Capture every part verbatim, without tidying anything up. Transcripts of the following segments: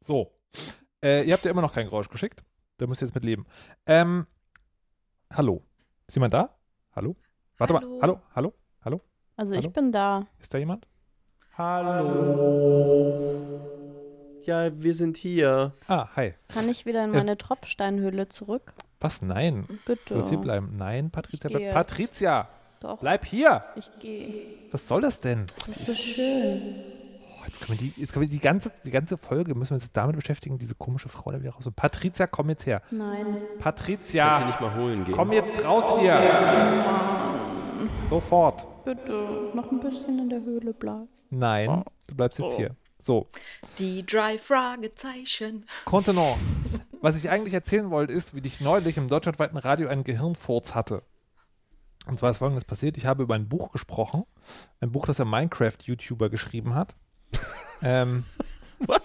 So. Äh, ihr habt ja immer noch kein Geräusch geschickt. Da müsst ihr jetzt mit leben. Ähm, hallo. Ist jemand da? Hallo? Warte Hallo. mal. Hallo? Hallo? Hallo? Also Hallo? ich bin da. Ist da jemand? Hallo. Ja, wir sind hier. Ah, hi. Kann ich wieder in Äh, meine Tropfsteinhöhle zurück? Was? Nein. Bitte. Du willst hier bleiben. Nein, Patricia. Ich geh Bleib. jetzt. Patricia! Doch, Bleib hier! ich gehe. Was soll das denn? Das ist so schön. Oh, jetzt können wir, die, jetzt können wir die, ganze, die ganze Folge müssen wir uns jetzt damit beschäftigen, diese komische Frau da wieder raus. Und Patricia, komm jetzt her. Nein. Patricia! Kannst du nicht mal holen gehen? Komm jetzt raus hier! Sofort. Bitte, noch ein bisschen in der Höhle bleiben. Nein, du bleibst jetzt hier. So, Die drei Fragezeichen. Kontenance. Was ich eigentlich erzählen wollte, ist, wie ich neulich im deutschlandweiten Radio einen Gehirnfurz hatte. Und zwar ist Folgendes passiert. Ich habe über ein Buch gesprochen. Ein Buch, das ein Minecraft-YouTuber geschrieben hat. ähm, What?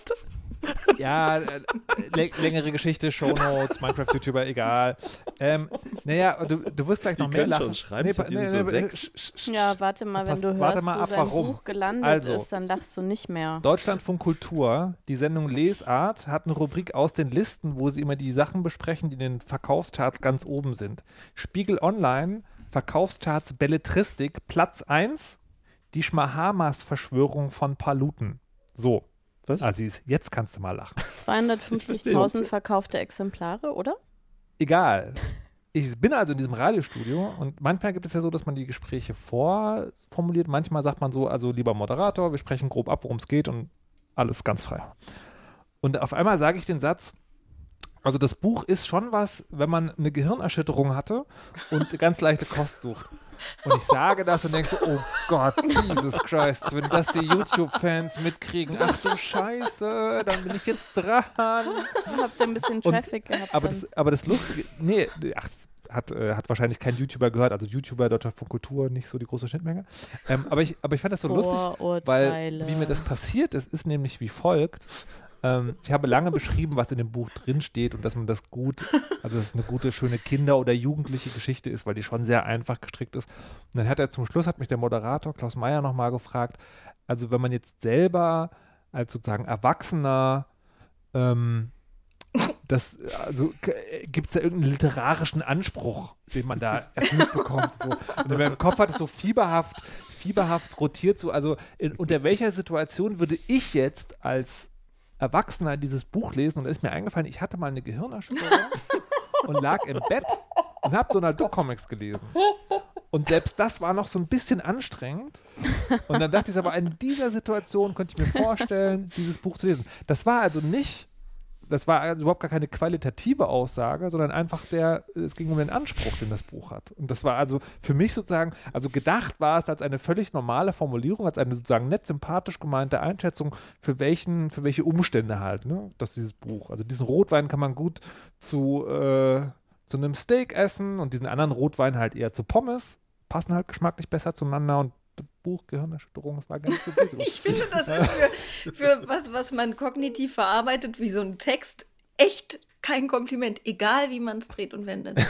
Ja, äh, lä- längere Geschichte, Shownotes, Minecraft-YouTuber, egal. Ähm, naja, du, du wirst gleich noch Die mehr können lachen. schon schreiben, pa- die sind so sechs. sch- sch- sch- Ja, warte mal, wenn Pass- du warte hörst, mal wo ab, sein warum. Buch gelandet Also. ist, dann lachst du nicht mehr. Deutschlandfunk Kultur, die Sendung Lesart, hat eine Rubrik aus den Listen, wo sie immer die Sachen besprechen, die in den Verkaufscharts ganz oben sind. Spiegel Online, Verkaufscharts Belletristik, Platz eins, die Schmahamas-Verschwörung von Paluten. So. Was? Aziz, jetzt kannst du mal lachen. zweihundertfünfzigtausend verkaufte Exemplare, oder? Egal. Ich bin also in diesem Radiostudio und manchmal gibt es ja so, dass man die Gespräche vorformuliert. Manchmal sagt man so, also lieber Moderator, wir sprechen grob ab, worum es geht und alles ganz frei. Und auf einmal sage ich den Satz, also das Buch ist schon was, wenn man eine Gehirnerschütterung hatte und ganz leichte Kost sucht. Und ich sage das und denke so, oh Gott, Jesus Christ, wenn das die YouTube-Fans mitkriegen, ach du Scheiße, dann bin ich jetzt dran. Habt ihr ein bisschen Traffic gehabt? Aber dann? das, aber das Lustige, nee, ach, hat, äh, hat wahrscheinlich kein YouTuber gehört, also YouTuber, Deutschlandfunk Kultur, nicht so die große Schnittmenge. Ähm, aber, ich, aber ich fand das so lustig, weil Vorurteile. wie mir das passiert ist, ist nämlich wie folgt. Ähm, ich habe lange beschrieben, was in dem Buch drinsteht und dass man das gut, also dass es eine gute, schöne Kinder- oder jugendliche Geschichte ist, weil die schon sehr einfach gestrickt ist. Und dann hat er zum Schluss, hat mich der Moderator Klaus Meyer nochmal gefragt, also wenn man jetzt selber als sozusagen Erwachsener ähm, das, also gibt es da irgendeinen literarischen Anspruch, den man da erfüllt bekommt? So. Und in meinem Kopf hat es so fieberhaft, fieberhaft rotiert, so, also in, unter welcher Situation würde ich jetzt als Erwachsener dieses Buch lesen? Und da ist mir eingefallen, ich hatte mal eine Gehirnerschütterung und lag im Bett und habe Donald Duck Comics gelesen. Und selbst das war noch so ein bisschen anstrengend. Und dann dachte ich aber, in dieser Situation könnte ich mir vorstellen, dieses Buch zu lesen. Das war also nicht, das war also überhaupt gar keine qualitative Aussage, sondern einfach der, es ging um den Anspruch, den das Buch hat. Und das war also für mich sozusagen, also gedacht war es als eine völlig normale Formulierung, als eine sozusagen nett sympathisch gemeinte Einschätzung, für welchen, für welche Umstände halt, ne, dass dieses Buch, also diesen Rotwein kann man gut zu, äh, zu einem Steak essen und diesen anderen Rotwein halt eher zu Pommes, passen halt geschmacklich besser zueinander und das Buch Gehirnerschütterung, das war gar nicht so böse. Ich finde, das ist für, für was, was man kognitiv verarbeitet, wie so ein Text, echt kein Kompliment, egal wie man es dreht und wendet.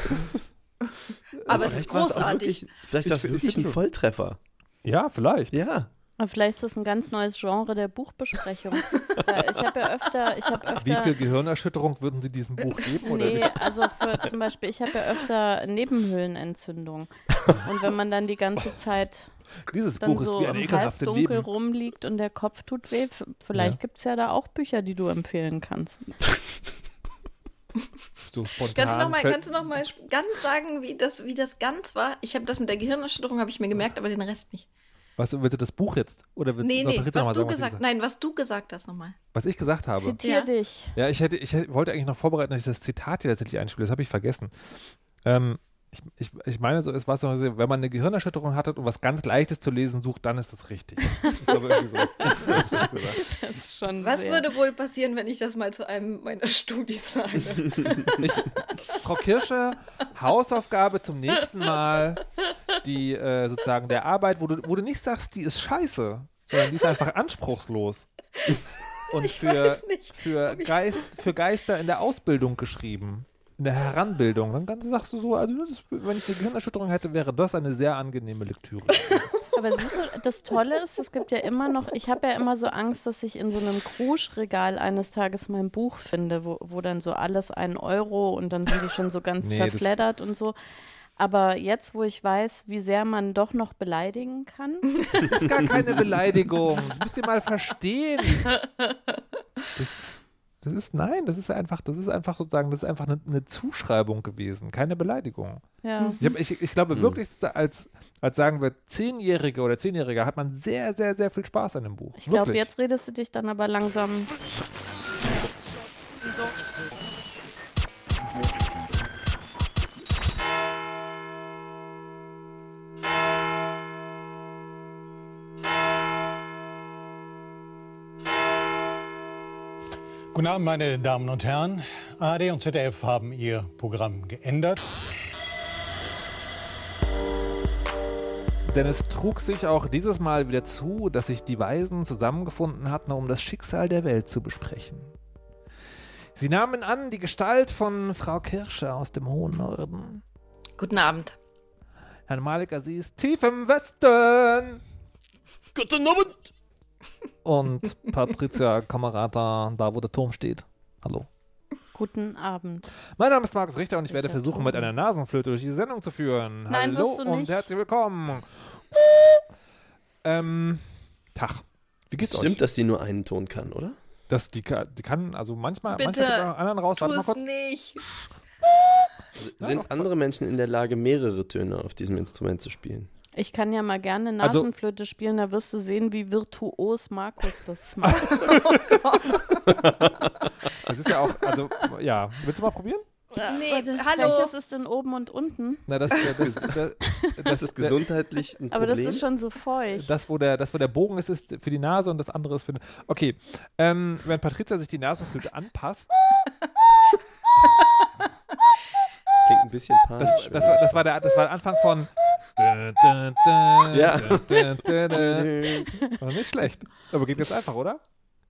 Aber es ist Vielleicht war es auch großartig. Wirklich, vielleicht war es Ich- ich wirklich find ein schon. Volltreffer. Ja, vielleicht. Ja. Aber vielleicht ist das ein ganz neues Genre der Buchbesprechung. Weil ich habe ja öfter, ich habe Wie öfter. viel Gehirnerschütterung würden Sie diesem Buch geben? Oder Nee, wie? also für zum Beispiel, ich habe ja öfter Nebenhöhlenentzündung. Und wenn man dann die ganze Zeit Dieses dann Buch ist so wie eine im ekelhafte Halbdunkel Leben. rumliegt und der Kopf tut weh, f- vielleicht Ja. gibt es ja da auch Bücher, die du empfehlen kannst. So spontan. Kannst du noch mal, fällt- kannst du noch mal sp- ganz sagen, wie das, wie das ganz war? Ich habe das mit der Gehirnerschütterung, habe ich mir gemerkt, aber den Rest nicht. Was, willst du das Buch jetzt? Oder willst Nee, du nee, Patricia noch was mal du sagen, gesagt, was, sie nein, was du gesagt hast nochmal. gesagt- was ich gesagt habe? Zitier Ja. dich. Ja, ich, hätte, ich hätte, wollte eigentlich noch vorbereiten, dass ich das Zitat hier tatsächlich einspiele. Das habe ich vergessen. Ähm, ich, ich, ich meine, so, es war so, wenn man eine Gehirnerschütterung hatte und was ganz Leichtes zu lesen sucht, dann ist es richtig. Ich glaube, irgendwie so. Das ist das gesagt. Das ist schon Was sehr. würde wohl passieren, wenn ich das mal zu einem meiner Studis sage? Ich, Frau Kirsche, Hausaufgabe zum nächsten Mal, die äh, sozusagen der Arbeit, wo du, wo du nicht sagst, die ist scheiße, sondern die ist einfach anspruchslos. Und Ich für, weiß nicht, für, Geist, für Geister in der Ausbildung geschrieben. In der Heranbildung. Dann kannst, sagst du so, also das, wenn ich eine Gehirnerschütterung hätte, wäre das eine sehr angenehme Lektüre. Aber siehst du, das Tolle ist, es gibt ja immer noch, ich habe ja immer so Angst, dass ich in so einem Kruschregal eines Tages mein Buch finde, wo, wo dann so alles ein Euro und dann sind die schon so ganz Nee, zerfleddert und so. Aber jetzt, wo ich weiß, wie sehr man doch noch beleidigen kann. Das ist gar keine Beleidigung. Das müsst ihr mal verstehen. Das ist, das ist, nein, das ist einfach, das ist einfach sozusagen, das ist einfach eine, eine Zuschreibung gewesen, keine Beleidigung. Ja. Ich, hab, ich, ich glaube Hm. wirklich, als, als sagen wir Zehnjährige oder Zehnjähriger, hat man sehr, sehr, sehr viel Spaß an dem Buch. Ich glaube, Wirklich. jetzt redest du dich dann aber langsam. Guten Abend, meine Damen und Herren. A R D und Z D F haben ihr Programm geändert. Denn es trug sich auch dieses Mal wieder zu, dass sich die Weisen zusammengefunden hatten, um das Schicksal der Welt zu besprechen. Sie nahmen an die Gestalt von Frau Kirsche aus dem hohen Norden. Guten Abend. Herrn Malik Aziz tief im Westen. Guten Abend! Und Patricia Kamerata, da wo der Turm steht. Hallo. Guten Abend. Mein Name ist Markus Richter und ich werde Ich versuchen, hab mit einer Nasenflöte durch die Sendung zu führen. Nein, Hallo wirst du und nicht. herzlich willkommen. ähm, Tag. Wie geht's Stimmt, euch? dass sie nur einen Ton kann, oder? Das, die, ka- die kann, also manchmal, Bitte, manchmal kommt auch anderen raus. Tu Warte mal es kurz. nicht. Also Ja, sind doch, andere Menschen in der Lage, mehrere Töne auf diesem Instrument zu spielen? Ich kann ja mal gerne Also- Nasenflöte spielen, da wirst du sehen, wie virtuos Markus das macht. Das ist ja auch, also, ja. Willst du mal probieren? Nee, Warte, hallo. welches ist denn oben und unten? Na, das, das, das, das, das, Das ist gesundheitlich ein Aber das Problem. ist schon so feucht. Das, wo der, das, wo der Bogen ist, ist für die Nase und das andere ist für den. Okay. Ähm, wenn Patricia sich die Nasenflöte anpasst, Klingt ein bisschen panisch. das, das, war- das, war der, das war der Anfang von. Ja. War nicht schlecht. Aber geht jetzt einfach, oder?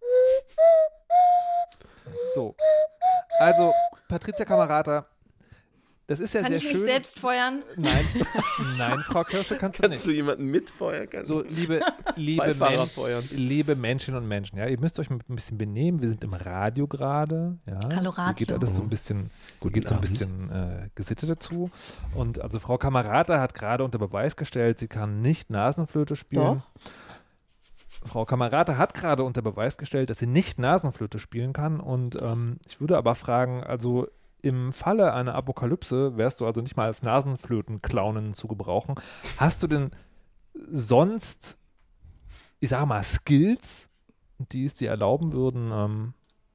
So. Also, Patricia Kamerata, das ist ja Kann sehr ich schön. mich selbst feuern? Nein, nein, Frau Kirsche, kannst du Kannst nicht. du jemanden mitfeuern? Kannst So, du liebe, liebe, Beifahrer Men feuern? liebe Menschen und Menschen, ja, ihr müsst euch ein bisschen benehmen. Wir sind im Radio gerade. Ja. Hallo, Radio. Hier geht alles so ein bisschen, Guten geht so ein Abend. bisschen äh, gesittet dazu. Und also Frau Kamerata hat gerade unter Beweis gestellt, sie kann nicht Nasenflöte spielen. Frau Kamerata hat gerade unter Beweis gestellt, dass sie nicht Nasenflöte spielen kann. Und ähm, ich würde aber fragen, also im Falle einer Apokalypse wärst du also nicht mal als Nasenflöten-Clownin zu gebrauchen. Hast du denn sonst, ich sage mal, Skills, die es dir erlauben würden, ähm,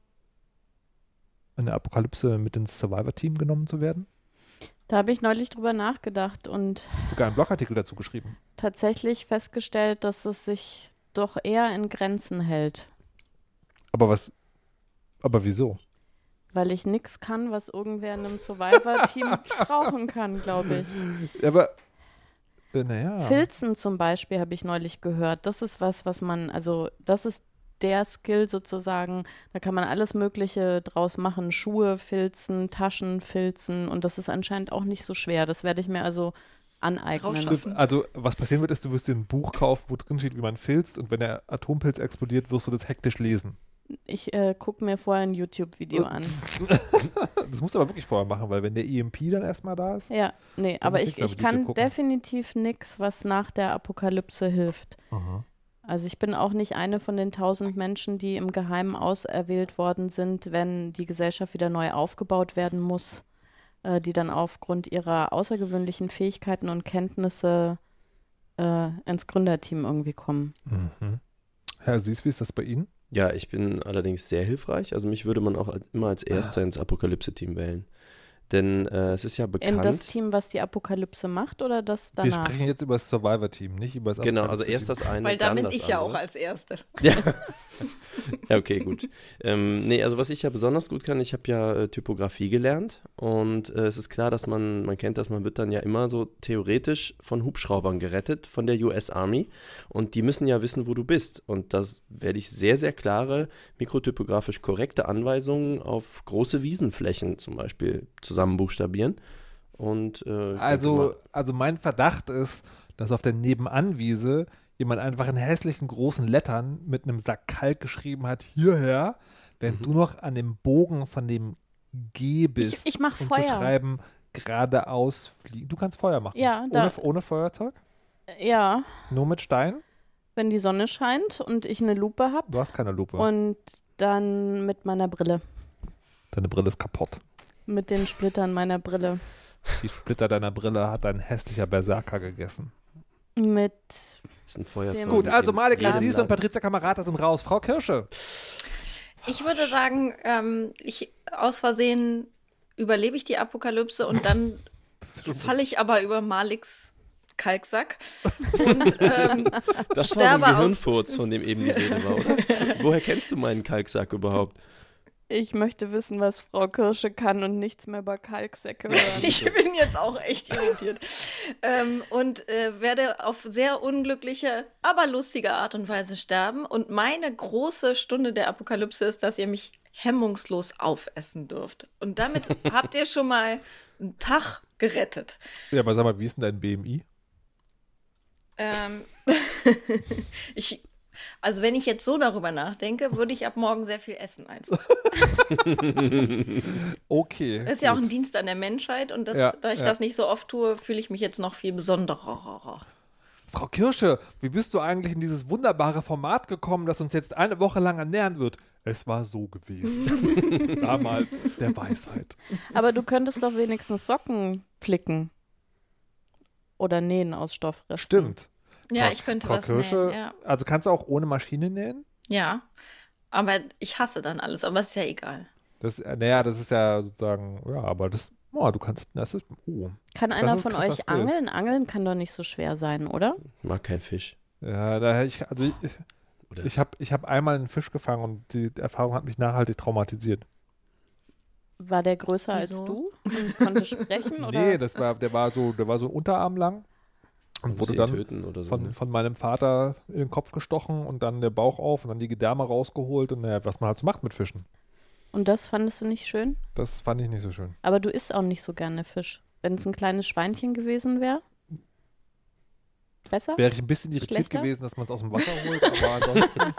in der Apokalypse mit ins Survivor-Team genommen zu werden? Da habe ich neulich drüber nachgedacht und Sogar einen Blogartikel dazu geschrieben. tatsächlich festgestellt, dass es sich doch eher in Grenzen hält. Aber was, aber wieso? Weil ich nichts kann, was irgendwer in einem Survivor-Team brauchen kann, glaube ich. Aber, äh, naja. Filzen zum Beispiel habe ich neulich gehört. Das ist was, was man, also das ist der Skill sozusagen. Da kann man alles Mögliche draus machen. Schuhe filzen, Taschen filzen und das ist anscheinend auch nicht so schwer. Das werde ich mir also aneignen. Draufschreiben. Also, was passieren wird, ist, du wirst dir ein Buch kaufen, wo drin steht, wie man filzt, und wenn der Atompilz explodiert, wirst du das hektisch lesen. Ich äh, gucke mir vorher ein YouTube-Video an. Das musst du aber wirklich vorher machen, weil wenn der E M P dann erstmal da ist. Ja, nee, Dann aber muss ich, ich, glaub ich ich, YouTube kann gucken. definitiv nichts, was nach der Apokalypse hilft. Also ich bin auch nicht eine von den tausend Menschen, die im Geheimen auserwählt worden sind, wenn die Gesellschaft wieder neu aufgebaut werden muss, äh, die dann aufgrund ihrer außergewöhnlichen Fähigkeiten und Kenntnisse äh, ins Gründerteam irgendwie kommen. Mhm. Herr Sies, wie ist das bei Ihnen? Ja, ich bin allerdings sehr hilfreich. Also mich würde man auch als- immer als Erster ins Apokalypse-Team wählen. Denn äh, es ist ja bekannt. In das Team, was die Apokalypse macht oder das Wir danach? sprechen jetzt über das Survivor-Team, nicht über das Genau, also erst Apokalypse-Team. das eine, Weil da dann bin das ich ja andere. auch als Erste. Ja. Ja, okay, gut. Ähm, nee, also was ich ja besonders gut kann, ich habe ja äh, Typografie gelernt und äh, es ist klar, dass man, man kennt das, man wird dann ja immer so theoretisch von Hubschraubern gerettet, von der U S Army und die müssen ja wissen, wo du bist und das werde ich sehr, sehr klare, mikrotypografisch korrekte Anweisungen auf große Wiesenflächen zum Beispiel zusammen buchstabieren und äh, ich denke Also, mal, also mein Verdacht ist, dass auf der Nebenanwiese jemand einfach in hässlichen großen Lettern mit einem Sack Kalk geschrieben hat, hierher, während Mhm. du noch an dem Bogen von dem G bist. Ich, ich mach um Feuer. zu schreiben, geradeaus fliegen. Du kannst Feuer machen. Ja, da- ohne, ohne Feuerzeug? Ja, Nur mit Stein? wenn die Sonne scheint und ich eine Lupe habe Du hast keine Lupe. und dann mit meiner Brille. Deine Brille ist kaputt. Mit den Splittern meiner Brille. Die Splitter deiner Brille hat ein hässlicher Berserker gegessen. Mit Das ist ein Feuerzeug. Dem- Gut, also in Malik jedem Aziz und Land. Patricia Kamerata sind raus. Frau Kirsche. Ich würde sagen, ähm, ich aus Versehen überlebe ich die Apokalypse und dann falle ich aber über Maliks Kalksack und ähm, Das war so ein sterbe auf- Gehirnfurz, von dem eben die Rede war, oder? Woher kennst du meinen Kalksack überhaupt? Ich möchte wissen, was Frau Kirsche kann und nichts mehr über Kalksäcke hören. ich bin jetzt auch echt irritiert ähm, und äh, werde auf sehr unglückliche, aber lustige Art und Weise sterben. Und meine große Stunde der Apokalypse ist, dass ihr mich hemmungslos aufessen dürft. Und damit habt ihr schon mal einen Tag gerettet. Ja, aber sag mal, wie ist denn dein B M I? Ähm, ich, also wenn ich jetzt so darüber nachdenke, würde ich ab morgen sehr viel essen einfach. Okay. Das ist ja auch ein Dienst an der Menschheit und das, Ja, da ich ja. das nicht so oft tue, fühle ich mich jetzt noch viel besonderer. Frau Kirsche, wie bist du eigentlich in dieses wunderbare Format gekommen, das uns jetzt eine Woche lang ernähren wird? Es war so gewesen. Damals der Weisheit. Aber du könntest doch wenigstens Socken flicken. Oder nähen aus Stoffresten. Stimmt. Ja, Frau- ich könnte Frau was Kirsche, nähen, ja. also kannst du auch ohne Maschine nähen? Ja, aber ich hasse dann alles, aber ist ja egal. Das, äh, naja, das ist ja sozusagen, ja, aber das, oh, du kannst, das ist, oh. Kann Das einer ist von krasser euch Skill. angeln? Angeln kann doch nicht so schwer sein, oder? Ich mag keinen Fisch. Ja, da hätte ich, also ich, Oder? ich habe ich hab einmal einen Fisch gefangen und die Erfahrung hat mich nachhaltig traumatisiert. War der größer Wieso? als du und konnte sprechen? Oder? Nee, das war, der war so, der war so unterarmlang und Muss wurde ihn dann töten oder so. von, ne? von meinem Vater in den Kopf gestochen und dann der Bauch auf und dann die Gedärme rausgeholt und naja, was man halt so macht mit Fischen. Und das fandest du nicht schön? Das fand ich nicht so schön. Aber du isst auch nicht so gerne Fisch. Wenn es ein kleines Schweinchen gewesen wäre? Besser? Wäre ich ein bisschen irritiert Schlechter? gewesen, dass man es aus dem Wasser holt, aber ansonsten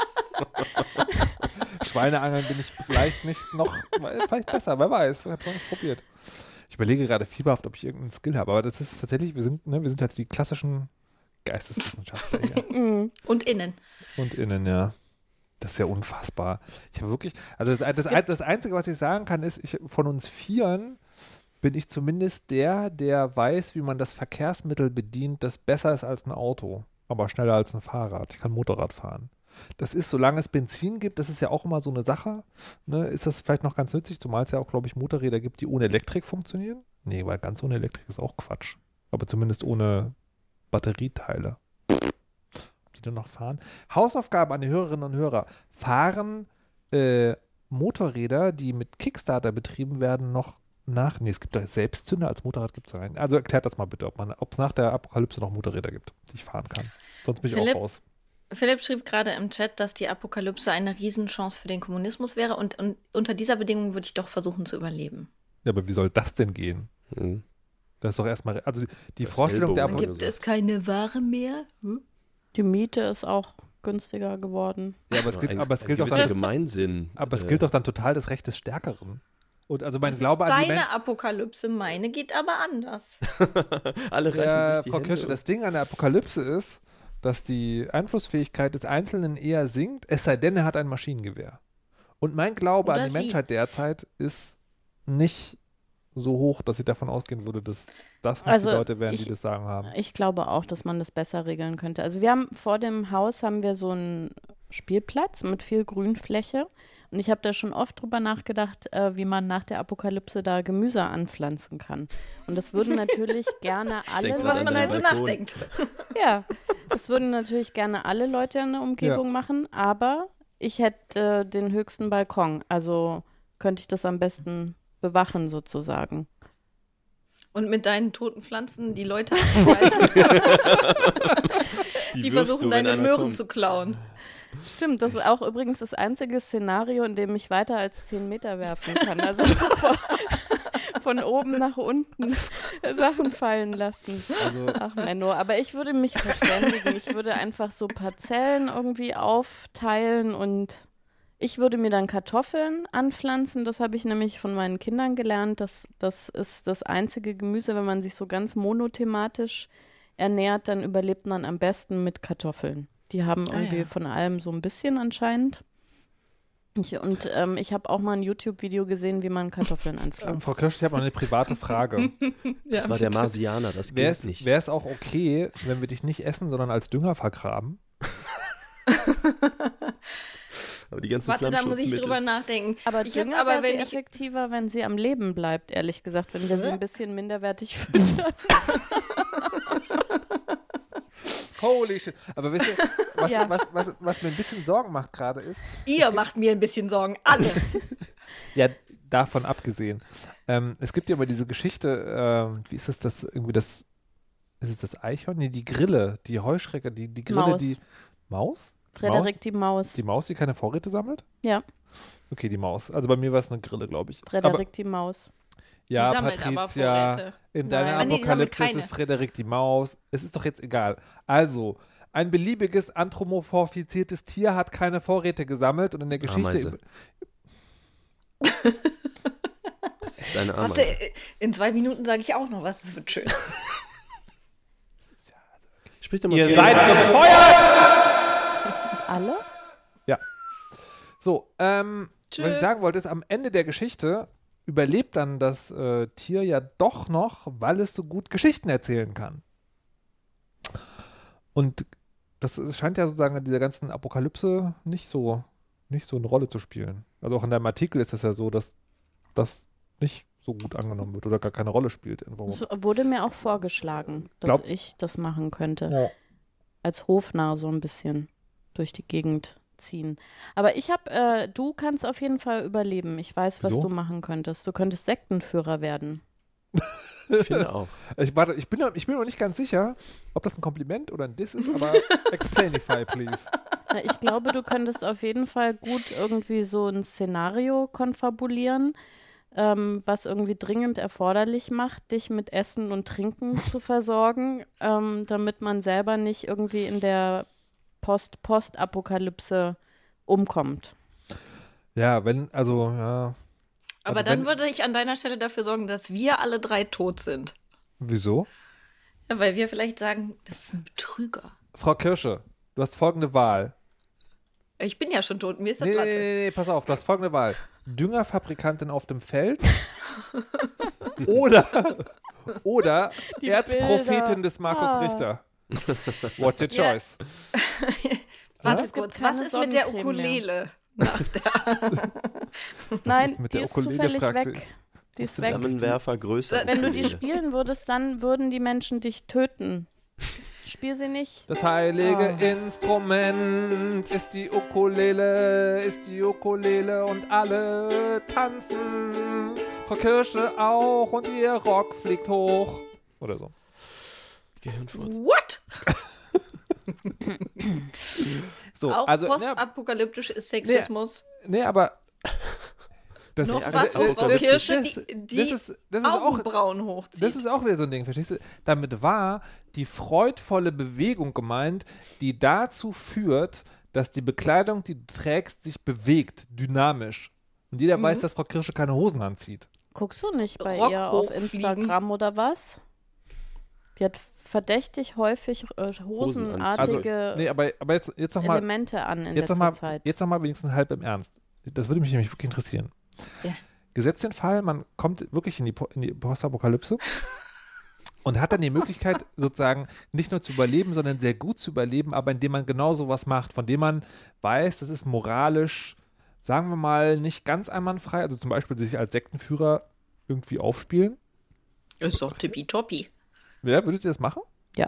Schweineangeln bin ich vielleicht nicht noch, vielleicht besser, wer weiß, ich habe noch nicht probiert. Ich überlege gerade fieberhaft, ob ich irgendeinen Skill habe, aber das ist tatsächlich, wir sind, ne, wir sind halt die klassischen Geisteswissenschaftler hier. Mhm. Und innen. Und innen, ja. Das ist ja unfassbar. Ich habe wirklich, also das, das, das Einzige, was ich sagen kann, ist, ich, von uns Vieren bin ich zumindest der, der weiß, wie man das Verkehrsmittel bedient, das besser ist als ein Auto, aber schneller als ein Fahrrad. Ich kann Motorrad fahren. Das ist, solange es Benzin gibt, das ist ja auch immer so eine Sache, ne, ist das vielleicht noch ganz nützlich, zumal es ja auch, glaube ich, Motorräder gibt, die ohne Elektrik funktionieren. Nee, weil ganz ohne Elektrik ist auch Quatsch. Aber zumindest ohne Batterieteile. Die dann noch fahren. Hausaufgabe an die Hörerinnen und Hörer. Fahren äh, Motorräder, die mit Kickstarter betrieben werden, noch nach? Nee, es gibt da Selbstzünder als Motorrad gibt es rein. Also erklärt das mal bitte, ob man, ob es nach der Apokalypse noch Motorräder gibt, die ich fahren kann. Sonst bin ich Philipp? auch raus. Philipp schrieb gerade im Chat, dass die Apokalypse eine Riesenchance für den Kommunismus wäre und, und unter dieser Bedingung würde ich doch versuchen zu überleben. Ja, aber wie soll das denn gehen? Hm. Das ist doch erstmal, also die Das Vorstellung der Ellbogen. Apokalypse. Gibt es keine Ware mehr? Hm? Die Miete ist auch günstiger geworden. Ja, aber es gilt, Ein- aber es ein gilt doch gewisser dann, Gemeinsinn. aber es äh, gilt doch dann total das Recht des Stärkeren. Und also mein Das Glaube ist an die deine Menschen. Apokalypse, meine geht aber anders. Alle reichen Ja, sich die Frau Hände Kirsche, um. das Ding an der Apokalypse ist, dass die Einflussfähigkeit des Einzelnen eher sinkt, es sei denn, er hat ein Maschinengewehr. Und mein Glaube Oder an die sie. Menschheit derzeit ist nicht so hoch, dass ich davon ausgehen würde, dass das nicht Also, die Leute wären, ich- die das sagen haben. Ich glaube auch, dass man das besser regeln könnte. Also wir haben vor dem Haus haben wir so einen Spielplatz mit viel Grünfläche. Und ich habe da schon oft drüber nachgedacht, äh, wie man nach der Apokalypse da Gemüse anpflanzen kann. Und das würden natürlich gerne alle Denk Was an man den halt so Balkon. nachdenkt. Ja, das würden natürlich gerne alle Leute in der Umgebung machen, aber ich hätte äh, den höchsten Balkon. Also könnte ich das am besten bewachen sozusagen. Und mit deinen toten Pflanzen die Leute abschmeißen, die, wirfst versuchen, du, wenn deine einer Möhren kommt. zu klauen. Stimmt, das ist auch übrigens das einzige Szenario, in dem ich weiter als zehn Meter werfen kann. Also vor, von oben nach unten Sachen fallen lassen. Also, Ach Menno, aber ich würde mich verständigen. Ich würde einfach so Parzellen irgendwie aufteilen und ich würde mir dann Kartoffeln anpflanzen. Das habe ich nämlich von meinen Kindern gelernt. Das, das ist das einzige Gemüse, wenn man sich so ganz monothematisch ernährt, dann überlebt man am besten mit Kartoffeln. Die haben irgendwie ah, ja. von allem so ein bisschen anscheinend. Ich, und ähm, ich habe auch mal ein YouTube-Video gesehen, wie man Kartoffeln ähm, anpflanzt. Frau Kirsch, ich habe noch eine private Frage. Ja, Das war der Marsianer, das Wäre geht es, nicht. wäre es auch okay, wenn wir dich nicht essen, sondern als Dünger vergraben? Aber die ganzen Warte, da muss ich Flammschutzmittel- drüber nachdenken. Aber ich Dünger hab, aber wäre sie wenn ich effektiver, wenn sie am Leben bleibt, ehrlich gesagt, wenn wir sie ein bisschen minderwertig füttern. Holy shit. Aber wisst ihr, was, Ja. was, was, was mir ein bisschen Sorgen macht gerade ist, Ihr macht mir ein bisschen Sorgen, alle. ja, davon abgesehen, ähm, es gibt ja immer diese Geschichte, ähm, wie ist das, das irgendwie das, ist es das Eichhorn? Nee, die Grille, die Heuschrecke, die, die Grille, Maus. die, Maus? Frederik Maus? die Maus. Die Maus, die keine Vorräte sammelt? Ja, Okay, die Maus. Also bei mir war es eine Grille, glaube ich. Frederik die Maus. Ja, Die sammelt aber Patricia, Vorräte. in Nein. deiner Ah, nee, die sammelt Apokalypse ist keine. es Frederik die Maus. Es ist doch jetzt egal. Also, ein beliebiges anthropomorphiziertes Tier hat keine Vorräte gesammelt und in der Geschichte. Ameise. Das ist eine Warte, Ameise. in zwei Minuten sage ich auch noch was, es wird schön. Sprich doch mal Ihr zu- seid gefeuert! Alle? So, ähm, Tschö. was ich sagen wollte, ist, am Ende der Geschichte überlebt dann das äh, Tier ja doch noch, weil es so gut Geschichten erzählen kann. Und das ist, scheint ja sozusagen in dieser ganzen Apokalypse nicht so, nicht so eine Rolle zu spielen. Also auch in deinem Artikel ist es ja so, dass das nicht so gut angenommen wird oder gar keine Rolle spielt. Warum? Es wurde mir auch vorgeschlagen, dass Glaub- ich das machen könnte. Ja. Als Hofnarr so ein bisschen durch die Gegend ziehen. Aber ich habe, äh, du kannst auf jeden Fall überleben. Ich weiß, was Wieso? du machen könntest. Du könntest Sektenführer werden. Ich finde auch. Ich, warte, ich bin, ich bin noch nicht ganz sicher, ob das ein Kompliment oder ein Diss ist, aber explainify, please. Na, ich glaube, du könntest auf jeden Fall gut irgendwie so ein Szenario konfabulieren, ähm, was irgendwie dringend erforderlich macht, dich mit Essen und Trinken zu versorgen, ähm, damit man selber nicht irgendwie in der Post-Post-Apokalypse umkommt. Ja, wenn, also, ja. Aber Also dann wenn- würde ich an deiner Stelle dafür sorgen, dass wir alle drei tot sind. Wieso? Ja, weil wir vielleicht sagen, das ist ein Betrüger. Frau Kirsche, du hast folgende Wahl. Ich bin ja schon tot, mir ist das Nee, nee, Latte. nee, nee, pass auf, du hast folgende Wahl. Düngerfabrikantin auf dem Feld oder, oder Die Erzprophetin Bilder. des Markus Ah. Richter. What's your Ja. choice? Warte Es gibt kurz, was keine ist mit der Sonnencreme mehr. Ukulele? Nach der Nein, ist mit die der ist Ukulele, zufällig fragt sie. weg. Die ist weg. Flammenwerfer größer. Wenn du die spielen würdest, dann würden die Menschen dich töten. Spiel sie nicht. Das heilige Oh. Instrument ist die Ukulele, ist die Ukulele und alle tanzen. Frau Kirsche auch und ihr Rock fliegt hoch. Oder so. Gehirnfurz. What? So, Auch also, ne, postapokalyptisch ist Sexismus. nee, aber das, Noch Nee, was, also, wo äh, Frau das- Kirsche das, die, die das ist, das ist auch Augenbrauen hochzieht. Das ist auch wieder so ein Ding, verstehst du? Damit war die freudvolle Bewegung gemeint, die dazu führt, dass die Bekleidung, die du trägst, sich bewegt, dynamisch. Und jeder Mhm. weiß, dass Frau Kirsche keine Hosen anzieht. Guckst du nicht bei Rock ihr auf hochfliegen. Instagram oder was? Die hat verdächtig häufig äh, hosenartige Also, nee, aber, aber jetzt, jetzt noch mal, Elemente an in jetzt noch letzter mal, Zeit. jetzt noch mal wenigstens halb im Ernst. Das würde mich nämlich wirklich interessieren. Ja. Gesetzt den Fall, man kommt wirklich in die, Po- in die Postapokalypse und hat dann die Möglichkeit, sozusagen nicht nur zu überleben, sondern sehr gut zu überleben, aber indem man genau sowas macht, von dem man weiß, das ist moralisch, sagen wir mal, nicht ganz einwandfrei, also zum Beispiel sich als Sektenführer irgendwie aufspielen. Ist doch tippitoppi. Ja, würdet ihr das machen? Ja.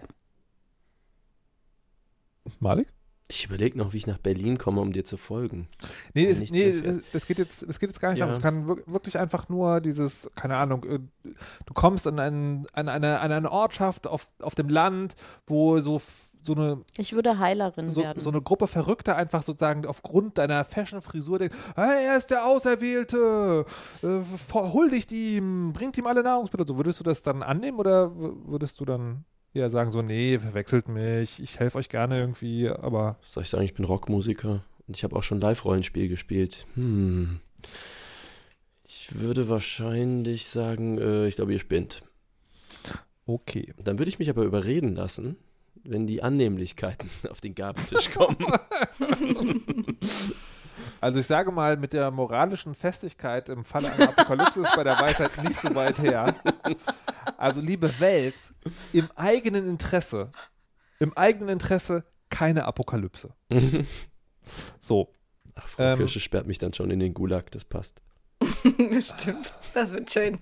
Malik? Ich überlege noch, wie ich nach Berlin komme, um dir zu folgen. Nee, Wenn das, nichts nee mehr das, fährt. das, geht jetzt, das geht jetzt gar nicht Ja. darum. Es kann wir- wirklich einfach nur dieses, keine Ahnung, äh, du kommst an, einen, an, eine, an eine Ortschaft auf, auf dem Land, wo so, f- so eine Ich würde Heilerin so, werden. so eine Gruppe Verrückter einfach sozusagen aufgrund deiner Fashion-Frisur denkt, hey, er ist der Auserwählte, äh, huldigt ihm, bringt ihm alle Nahrungsmittel. So, würdest du das dann annehmen oder würdest du dann eher sagen so, nee, verwechselt mich, ich helfe euch gerne irgendwie, aber... Was soll ich sagen, ich bin Rockmusiker und ich habe auch schon Live-Rollenspiel gespielt. Hm. Ich würde wahrscheinlich sagen, äh, ich glaube, ihr spinnt. Okay. Dann würde ich mich aber überreden lassen, wenn die Annehmlichkeiten auf den Gabentisch kommen. Also ich sage mal, mit der moralischen Festigkeit im Falle einer Apokalypse ist bei der Weisheit nicht so weit her. Also liebe Welt, im eigenen Interesse, im eigenen Interesse keine Apokalypse. So. Ach, Frau Ähm, Kirsche sperrt mich dann schon in den Gulag, das passt. Stimmt, das wird schön.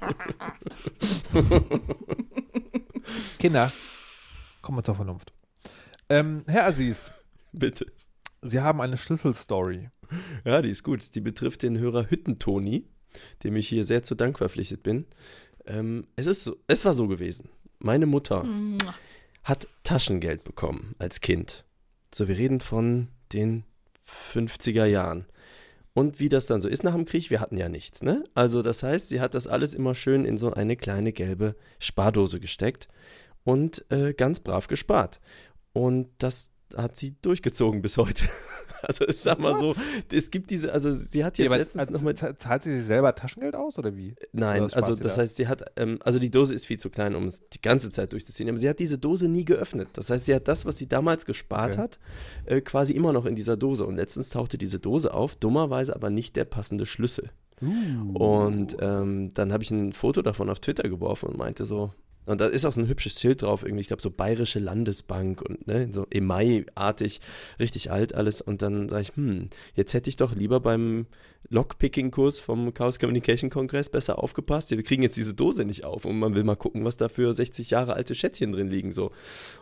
Kinder, kommen wir zur Vernunft. Ähm, Herr Aziz, Bitte. Sie haben eine Schlüsselstory. Ja, die ist gut. Die betrifft den Hörer Hüttentoni, dem ich hier sehr zu Dank verpflichtet bin. Ähm, es ist so, es war so gewesen. Meine Mutter hat Taschengeld bekommen als Kind. So, wir reden von den fünfziger Jahren. Und wie das dann so ist nach dem Krieg, wir hatten ja nichts, ne? Also das heißt, sie hat das alles immer schön in so eine kleine gelbe Spardose gesteckt und äh, ganz brav gespart. Und das hat sie durchgezogen bis heute. Also ich sag mal so, es gibt diese, also sie hat jetzt Ja, letztens also, nochmal... zahlt sie sich selber Taschengeld aus oder wie? Nein, Oder spart also sie das da? heißt, sie hat, ähm, also die Dose ist viel zu klein, um es die ganze Zeit durchzuziehen, aber sie hat diese Dose nie geöffnet. Das heißt, sie hat das, was sie damals gespart Okay. hat, äh, quasi immer noch in dieser Dose. Und letztens tauchte diese Dose auf, dummerweise aber nicht der passende Schlüssel. Uh. Und ähm, dann habe ich ein Foto davon auf Twitter geworfen und meinte so, und da ist auch so ein hübsches Schild drauf, irgendwie, ich glaube so Bayerische Landesbank und ne, so Emai-artig, richtig alt alles. Und dann sage ich, hm, jetzt hätte ich doch lieber beim Lockpicking-Kurs vom Chaos Communication Kongress besser aufgepasst. Ja, wir kriegen jetzt diese Dose nicht auf und man will mal gucken, was da für sechzig Jahre alte Schätzchen drin liegen. So.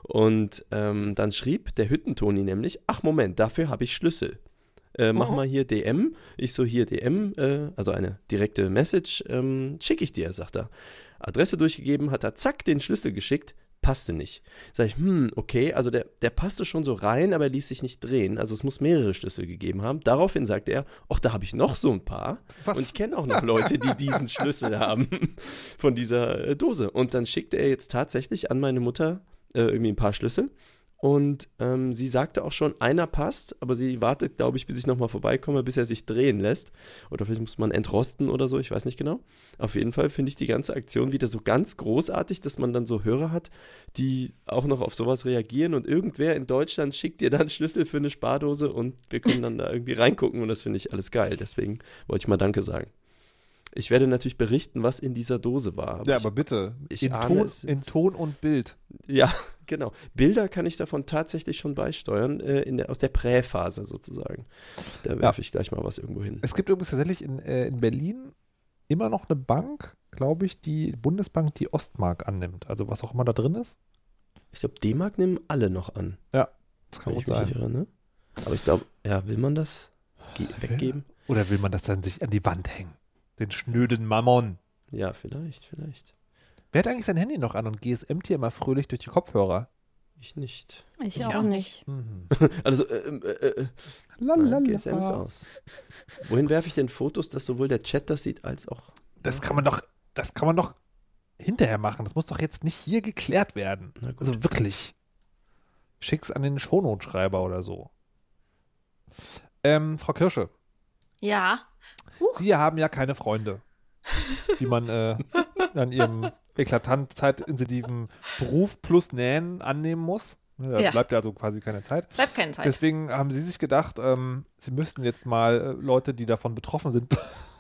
Und ähm, dann schrieb der Hüttentoni nämlich, ach Moment, dafür habe ich Schlüssel. Äh, mach Oh. mal hier D M. Ich so, hier D M, äh, also eine direkte Message, ähm, schicke ich dir, sagt er. Adresse durchgegeben, hat er zack den Schlüssel geschickt, passte nicht. Sag ich, hm, okay, also der, der passte schon so rein, aber er ließ sich nicht drehen. Also es muss mehrere Schlüssel gegeben haben. Daraufhin sagte er, ach, da habe ich noch so ein paar. Was? Und ich kenne auch noch Leute, die diesen Schlüssel haben von dieser äh, Dose. Und dann schickte er jetzt tatsächlich an meine Mutter äh, irgendwie ein paar Schlüssel. Und ähm, sie sagte auch schon, einer passt, aber sie wartet, glaube ich, bis ich nochmal vorbeikomme, bis er sich drehen lässt. Oder vielleicht muss man entrosten oder so, ich weiß nicht genau. Auf jeden Fall finde ich die ganze Aktion wieder so ganz großartig, dass man dann so Hörer hat, die auch noch auf sowas reagieren und irgendwer in Deutschland schickt dir dann Schlüssel für eine Spardose und wir können dann da irgendwie reingucken und das finde ich alles geil. Deswegen wollte ich mal Danke sagen. Ich werde natürlich berichten, was in dieser Dose war. Ja, ich, aber bitte, ich in, ahne, Ton, es sind- in Ton und Bild. Ja, genau. Bilder kann ich davon tatsächlich schon beisteuern, äh, in der, aus der Präphase sozusagen. Da werfe ich gleich mal was irgendwo hin. Es gibt übrigens tatsächlich in, äh, in Berlin immer noch eine Bank, glaube ich, die Bundesbank, die Ostmark annimmt. Also was auch immer da drin ist. Ich glaube, D-Mark nehmen alle noch an. Das kann Wenn gut ich mich sein. nicht irre, ne? Aber ich glaube, ja, will man das ge- weggeben? Oder will man das dann sich an die Wand hängen? Den schnöden Mammon. Ja, vielleicht, vielleicht. Wer hat eigentlich sein Handy noch an und G S M-T immer fröhlich durch die Kopfhörer? Ich nicht. Ich Ich auch auch nicht. Mhm. Also, äh, äh, äh, Lalala. G S M ist aus. Wohin werfe ich denn Fotos, dass sowohl der Chat das sieht, als auch... Das kann man doch, das kann man doch hinterher machen. Das muss doch jetzt nicht hier geklärt werden. Na gut. Also wirklich. Schick's an den Shownote-Schreiber oder so. Ähm, Frau Kirsche, Ja. Huch. Sie haben ja keine Freunde, die man äh, an ihrem eklatant zeitintensiven Beruf plus Nähen annehmen muss. Da Ja. bleibt ja also quasi keine Zeit. Bleibt keine Zeit. Deswegen haben Sie sich gedacht, ähm, Sie müssten jetzt mal äh, Leute, die davon betroffen sind.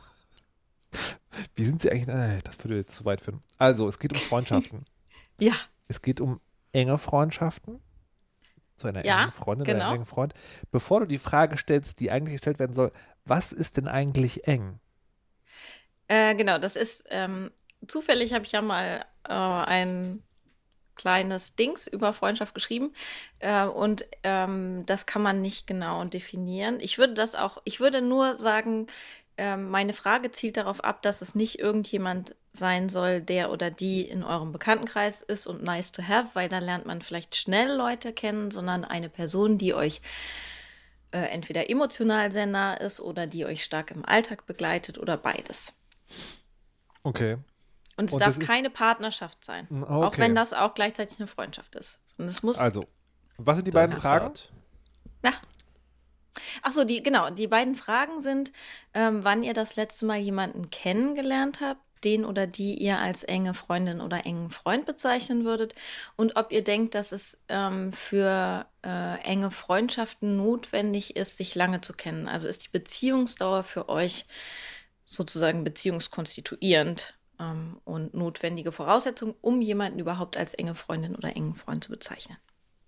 Wie sind Sie eigentlich? Äh, das würde jetzt zu weit führen. Also, es geht um Freundschaften. Ja. Es geht um enge Freundschaften. Zu einer Ja, engen Freundin oder genau. einem engen Freund. Bevor du die Frage stellst, die eigentlich gestellt werden soll, was ist denn eigentlich eng? Äh, genau, das ist ähm, zufällig habe ich ja mal äh, ein kleines Dings über Freundschaft geschrieben äh, und ähm, das kann man nicht genau definieren. Ich würde das auch, ich würde nur sagen, ähm, meine Frage zielt darauf ab, dass es nicht irgendjemand sein soll, der oder die in eurem Bekanntenkreis ist und nice to have, weil da lernt man vielleicht schnell Leute kennen, sondern eine Person, die euch äh, entweder emotional sehr nah ist oder die euch stark im Alltag begleitet oder beides. Okay. Und es Und darf das ist- keine Partnerschaft sein, Okay. auch wenn das auch gleichzeitig eine Freundschaft ist. Und es muss Also, was sind die Das beiden ist Fragen? hart. Ja. Ach so, die, genau. Die beiden Fragen sind, ähm, wann ihr das letzte Mal jemanden kennengelernt habt, den oder die ihr als enge Freundin oder engen Freund bezeichnen würdet und ob ihr denkt, dass es ähm, für äh, enge Freundschaften notwendig ist, sich lange zu kennen. Also ist die Beziehungsdauer für euch sozusagen beziehungskonstituierend ähm, und notwendige Voraussetzung, um jemanden überhaupt als enge Freundin oder engen Freund zu bezeichnen.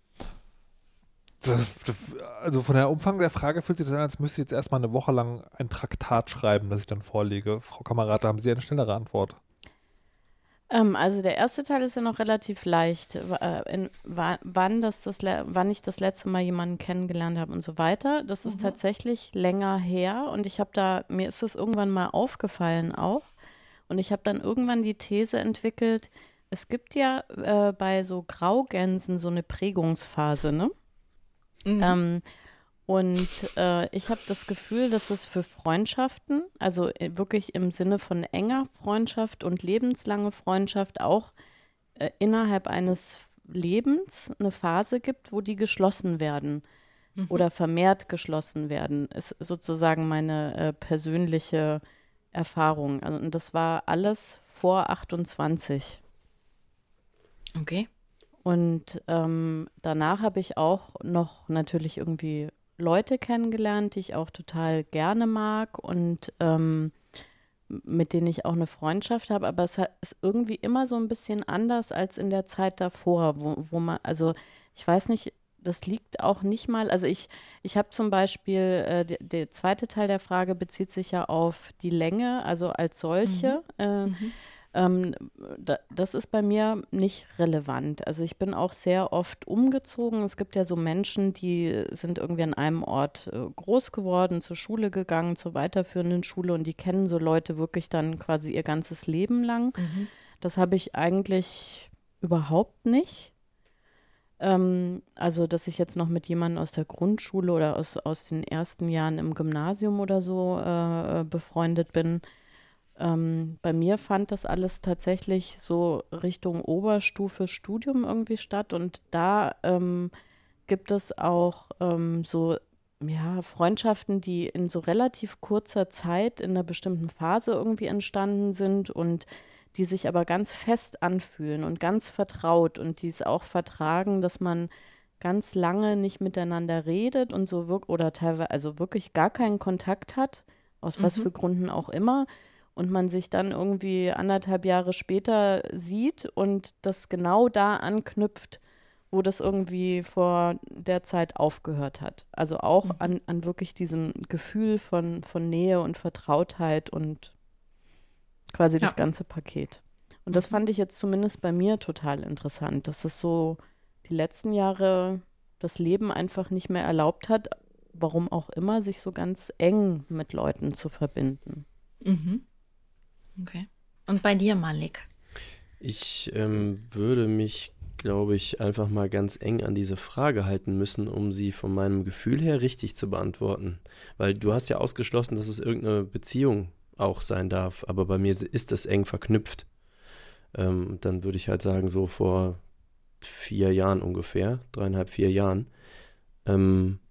Das, das, also von der Umfang der Frage fühlt sich das an, als müsste ich jetzt erstmal eine Woche lang ein Traktat schreiben, das ich dann vorlege. Frau Kamerad, haben Sie eine schnellere Antwort? Ähm, also der erste Teil ist ja noch relativ leicht, äh, in, wa- wann, das das, le- wann ich das letzte Mal jemanden kennengelernt habe und so weiter. Das ist tatsächlich länger her und ich habe da, mir ist das irgendwann mal aufgefallen auch und ich habe dann irgendwann die These entwickelt, es gibt ja äh, bei so Graugänsen so eine Prägungsphase, ne? Ähm, und äh, ich habe das Gefühl, dass es für Freundschaften, also äh, wirklich im Sinne von enger Freundschaft und lebenslange Freundschaft auch äh, innerhalb eines Lebens eine Phase gibt, wo die geschlossen werden oder vermehrt geschlossen werden, ist sozusagen meine äh, persönliche Erfahrung. Also, und das war alles vor achtundzwanzig. Okay. Und ähm, danach habe ich auch noch natürlich irgendwie Leute kennengelernt, die ich auch total gerne mag und ähm, mit denen ich auch eine Freundschaft habe. Aber es hat, ist irgendwie immer so ein bisschen anders als in der Zeit davor, wo, wo man, also ich weiß nicht, das liegt auch nicht mal, also ich, ich habe zum Beispiel, äh, der, der zweite Teil der Frage bezieht sich ja auf die Länge, also als solche. Äh, Ähm, da, das ist bei mir nicht relevant. Also ich bin auch sehr oft umgezogen. Es gibt ja so Menschen, die sind irgendwie an einem Ort äh, groß geworden, zur Schule gegangen, zur weiterführenden Schule und die kennen so Leute wirklich dann quasi ihr ganzes Leben lang. Das habe ich eigentlich überhaupt nicht. Ähm, also, dass ich jetzt noch mit jemandem aus der Grundschule oder aus, aus den ersten Jahren im Gymnasium oder so äh, befreundet bin. Ähm, bei mir fand das alles tatsächlich so Richtung Oberstufe Studium irgendwie statt und da ähm, gibt es auch ähm, so ja, Freundschaften, die in so relativ kurzer Zeit in einer bestimmten Phase irgendwie entstanden sind und die sich aber ganz fest anfühlen und ganz vertraut und die es auch vertragen, dass man ganz lange nicht miteinander redet und so wirk oder teilweise also wirklich gar keinen Kontakt hat, aus was für Gründen auch immer. Und man sich dann irgendwie anderthalb Jahre später sieht und das genau da anknüpft, wo das irgendwie vor der Zeit aufgehört hat. Also auch mhm. an, an wirklich diesem Gefühl von, von Nähe und Vertrautheit und quasi ja. das ganze Paket. Und das fand ich jetzt zumindest bei mir total interessant, dass es so die letzten Jahre das Leben einfach nicht mehr erlaubt hat, warum auch immer, sich so ganz eng mit Leuten zu verbinden. Mhm. Okay. Und bei dir, Malik? Ich ähm, würde mich, glaube ich, einfach mal ganz eng an diese Frage halten müssen, um sie von meinem Gefühl her richtig zu beantworten. Weil du hast ja ausgeschlossen, dass es irgendeine Beziehung auch sein darf, aber bei mir ist das eng verknüpft. Ähm, dann würde ich halt sagen, so vor vier Jahren ungefähr, dreieinhalb, vier Jahren, ähm,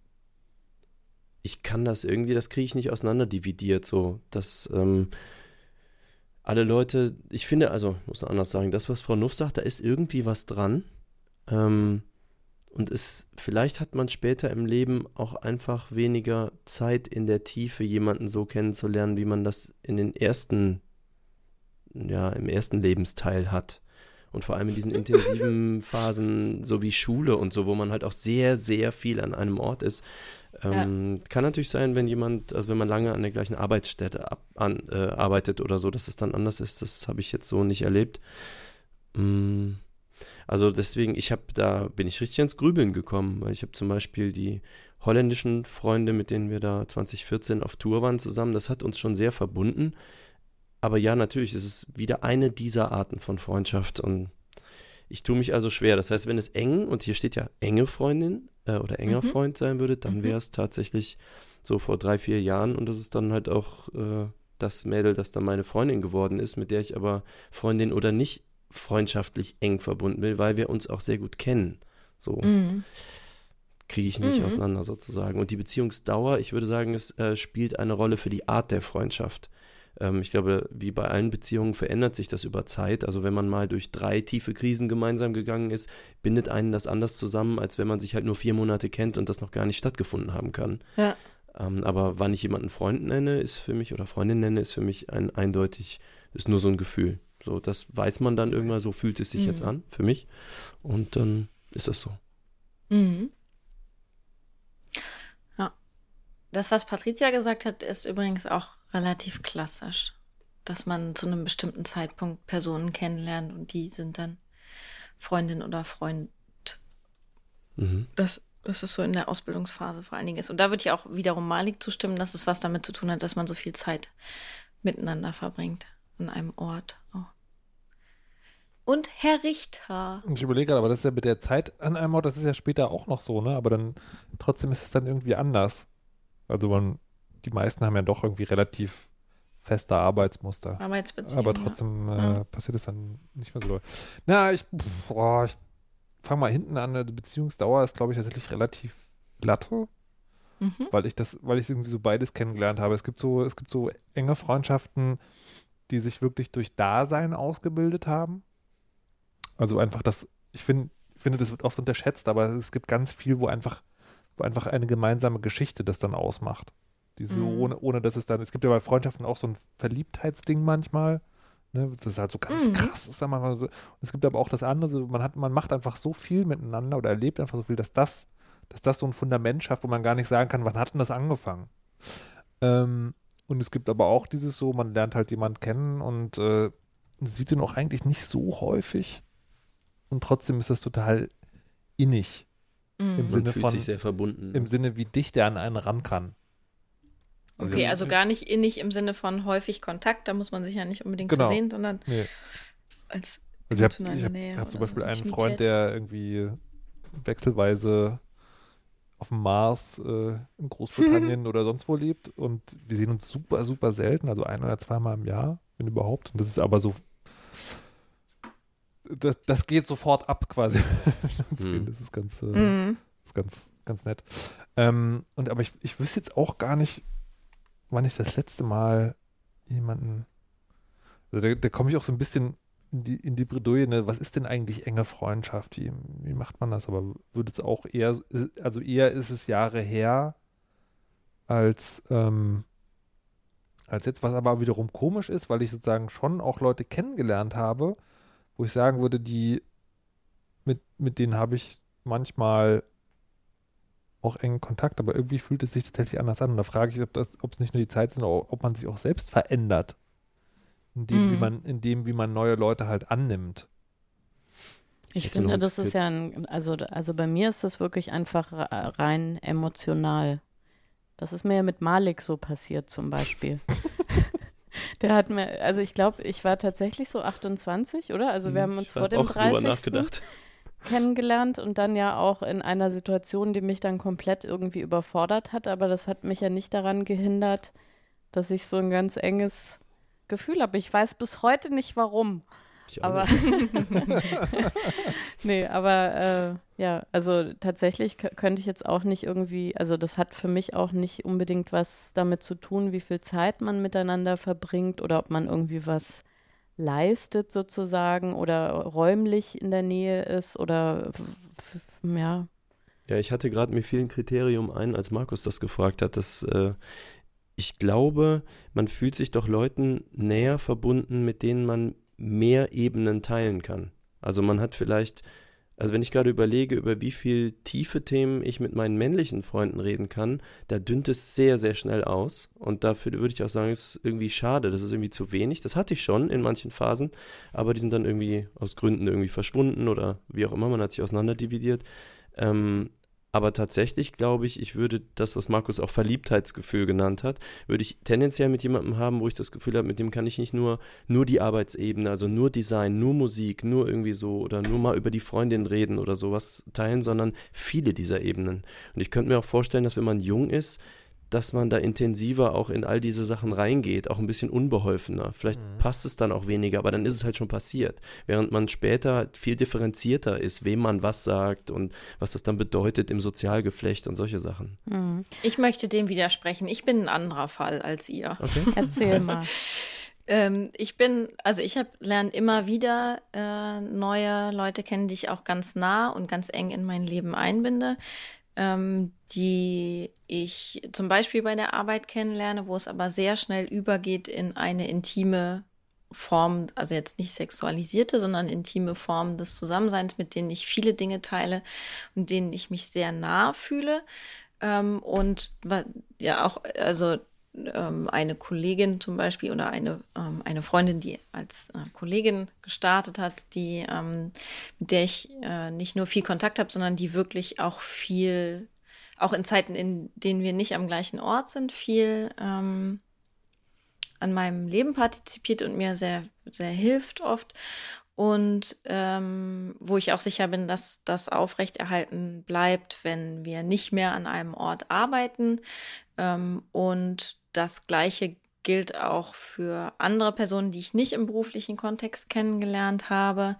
ich kann das irgendwie, das kriege ich nicht auseinanderdividiert, so, dass ähm, alle Leute, ich finde, also, ich muss noch anders sagen, das, was Frau Nuff sagt, da ist irgendwie was dran. Ähm, und es, vielleicht hat man später im Leben auch einfach weniger Zeit in der Tiefe, jemanden so kennenzulernen, wie man das in den ersten, ja, im ersten Lebensteil hat. Und vor allem in diesen intensiven Phasen, so wie Schule und so, wo man halt auch sehr, sehr viel an einem Ort ist. Ähm, ja. Kann natürlich sein, wenn jemand, also wenn man lange an der gleichen Arbeitsstätte ab, an, äh, arbeitet oder so, dass es dann anders ist. Das habe ich jetzt so nicht erlebt. Mm, also deswegen, ich habe, da bin ich richtig ins Grübeln gekommen, weil ich habe zum Beispiel die holländischen Freunde, mit denen wir da zwanzig vierzehn auf Tour waren zusammen, das hat uns schon sehr verbunden. aber ja, natürlich, es ist wieder eine dieser Arten von Freundschaft und ich tue mich also schwer. Das heißt, wenn es eng, und hier steht ja enge Freundin äh, oder enger Mhm. Freund sein würde, dann Mhm. wäre es tatsächlich so vor drei, vier Jahren und das ist dann halt auch äh, das Mädel, das dann meine Freundin geworden ist, mit der ich aber Freundin oder nicht freundschaftlich eng verbunden bin, weil wir uns auch sehr gut kennen. So Mhm. kriege ich nicht Mhm. auseinander sozusagen. Und die Beziehungsdauer, ich würde sagen, es äh, spielt eine Rolle für die Art der Freundschaft. Ähm, ich glaube, wie bei allen Beziehungen verändert sich das über Zeit. Also wenn man mal durch drei tiefe Krisen gemeinsam gegangen ist, bindet einen das anders zusammen, als wenn man sich halt nur vier Monate kennt und das noch gar nicht stattgefunden haben kann. Ja. Ähm, aber wann ich jemanden Freund nenne, ist für mich, oder Freundin nenne, ist für mich ein eindeutig, ist nur so ein Gefühl. So, das weiß man dann irgendwann, so fühlt es sich Mhm. jetzt an, für mich. Und dann ist das so. Mhm. Ja. Das, was Patricia gesagt hat, ist übrigens auch relativ klassisch, dass man zu einem bestimmten Zeitpunkt Personen kennenlernt und die sind dann Freundin oder Freund. Mhm. Das, dass es so in der Ausbildungsphase vor allen Dingen ist. Und da würde ich auch wiederum Malik zustimmen, dass es was damit zu tun hat, dass man so viel Zeit miteinander verbringt an einem Ort. Oh. Und Herr Richter. Ich überlege gerade, aber das ist ja mit der Zeit an einem Ort, das ist ja später auch noch so, ne? Aber dann trotzdem ist es dann irgendwie anders. Also man, die meisten haben ja doch irgendwie relativ feste Arbeitsmuster. Arbeitsbeziehung. Aber trotzdem äh, Ja. passiert es dann nicht mehr so doll. Na, ich, boah, ich fange mal hinten an. Die Beziehungsdauer ist, glaube ich, tatsächlich relativ glatte, Ja. Mhm. weil ich das, weil ich irgendwie so beides kennengelernt habe. Es gibt so, es gibt so enge Freundschaften, die sich wirklich durch Dasein ausgebildet haben. Also einfach das, ich finde, ich finde, das wird oft unterschätzt, aber es gibt ganz viel, wo einfach, wo einfach eine gemeinsame Geschichte das dann ausmacht. Die so, Mhm. ohne, ohne dass es dann, es gibt ja bei Freundschaften auch so ein Verliebtheitsding manchmal, ne, das ist halt so ganz Mhm. krass ist dann manchmal so. Und es gibt aber auch das andere, so, man hat, man macht einfach so viel miteinander oder erlebt einfach so viel, dass das, dass das so ein Fundament schafft, wo man gar nicht sagen kann, wann hat denn das angefangen? Ähm, und es gibt aber auch dieses so, man lernt halt jemanden kennen und äh, sieht ihn auch eigentlich nicht so häufig. Und trotzdem ist das total innig. Im Mhm. Man Sinne fühlt von, sich sehr verbunden. im Sinne, wie dicht er an einen ran kann. Also Okay, ich hab- also gar nicht innig im Sinne von häufig Kontakt, da muss man sich ja nicht unbedingt Genau. versehen, sondern Nee. als Also ich emotionale habe Nähe hab, hab zum oder Beispiel einen Intimität. Freund, der irgendwie wechselweise auf dem Mars äh, in Großbritannien oder sonst wo lebt und wir sehen uns super, super selten, also ein oder zweimal im Jahr, wenn überhaupt. Und das ist aber so, das, das geht sofort ab quasi. Mhm. Das ist ganz, äh, Mhm. das ist ganz, ganz nett. Ähm, und aber ich, ich wüsste jetzt auch gar nicht, wann ich das letzte Mal jemanden, also da, da komme ich auch so ein bisschen in die, in die Bredouille, ne? Was ist denn eigentlich enge Freundschaft? Wie, wie macht man das? Aber würde es auch eher, also eher ist es Jahre her, als, ähm, als jetzt, was aber wiederum komisch ist, weil ich sozusagen schon auch Leute kennengelernt habe, wo ich sagen würde, die, mit, mit denen habe ich manchmal auch engen Kontakt, aber irgendwie fühlt es sich tatsächlich anders an. Und da frage ich, ob das, ob es nicht nur die Zeit ist, sondern ob man sich auch selbst verändert. In dem, wie Mhm. man, in dem, wie man neue Leute halt annimmt. Ich hätte finde, noch das ist für- ja ein, also, also bei mir ist das wirklich einfach ra- rein emotional. Das ist mir ja mit Malik so passiert zum Beispiel. Der hat mir, also ich glaube, ich war tatsächlich so achtundzwanzig, oder? Also wir haben uns Ich vor hab dem auch drüber dreißigsten nachgedacht. kennengelernt und dann ja auch in einer Situation, die mich dann komplett irgendwie überfordert hat, aber das hat mich ja nicht daran gehindert, dass ich so ein ganz enges Gefühl habe. Ich weiß bis heute nicht warum. Ich auch Aber nicht. nee, aber äh, ja, also tatsächlich k- könnte ich jetzt auch nicht irgendwie, also das hat für mich auch nicht unbedingt was damit zu tun, wie viel Zeit man miteinander verbringt oder ob man irgendwie was leistet sozusagen oder räumlich in der Nähe ist oder f- f- ja. Ja, ich hatte gerade, mir fiel ein Kriterium ein, als Markus das gefragt hat, dass äh, ich glaube, man fühlt sich doch Leuten näher verbunden, mit denen man mehr Ebenen teilen kann. Also man hat vielleicht, also wenn ich gerade überlege, über wie viel tiefe Themen ich mit meinen männlichen Freunden reden kann, da dünnt es sehr, sehr schnell aus. Und dafür würde ich auch sagen, es ist irgendwie schade, das ist irgendwie zu wenig. Das hatte ich schon in manchen Phasen, aber die sind dann irgendwie aus Gründen irgendwie verschwunden oder wie auch immer, man hat sich auseinanderdividiert. Ähm, Aber tatsächlich glaube ich, ich würde das, was Markus auch Verliebtheitsgefühl genannt hat, würde ich tendenziell mit jemandem haben, wo ich das Gefühl habe, mit dem kann ich nicht nur, nur die Arbeitsebene, also nur Design, nur Musik, nur irgendwie so oder nur mal über die Freundin reden oder sowas teilen, sondern viele dieser Ebenen. Und ich könnte mir auch vorstellen, dass wenn man jung ist, dass man da intensiver auch in all diese Sachen reingeht, auch ein bisschen unbeholfener. Vielleicht mhm. passt es dann auch weniger, aber dann ist es halt schon passiert. Während man später viel differenzierter ist, wem man was sagt und was das dann bedeutet im Sozialgeflecht und solche Sachen. Mhm. Ich möchte dem widersprechen. Ich bin ein anderer Fall als ihr. Okay. Erzähl mal. ähm, ich bin, also ich habe lerne immer wieder äh, neue Leute kennen, die ich auch ganz nah und ganz eng in mein Leben einbinde, ähm, die ich zum Beispiel bei der Arbeit kennenlerne, wo es aber sehr schnell übergeht in eine intime Form, also jetzt nicht sexualisierte, sondern intime Form des Zusammenseins, mit denen ich viele Dinge teile und denen ich mich sehr nah fühle. Ähm, und ja auch, also ähm, eine Kollegin zum Beispiel oder eine, ähm, eine Freundin, die als äh, Kollegin gestartet hat, die, ähm, mit der ich äh, nicht nur viel Kontakt habe, sondern die wirklich auch viel, auch in Zeiten, in denen wir nicht am gleichen Ort sind, viel ähm, an meinem Leben partizipiert und mir sehr, sehr hilft oft. Und ähm, wo ich auch sicher bin, dass das aufrechterhalten bleibt, wenn wir nicht mehr an einem Ort arbeiten. Ähm, und das Gleiche gilt auch für andere Personen, die ich nicht im beruflichen Kontext kennengelernt habe.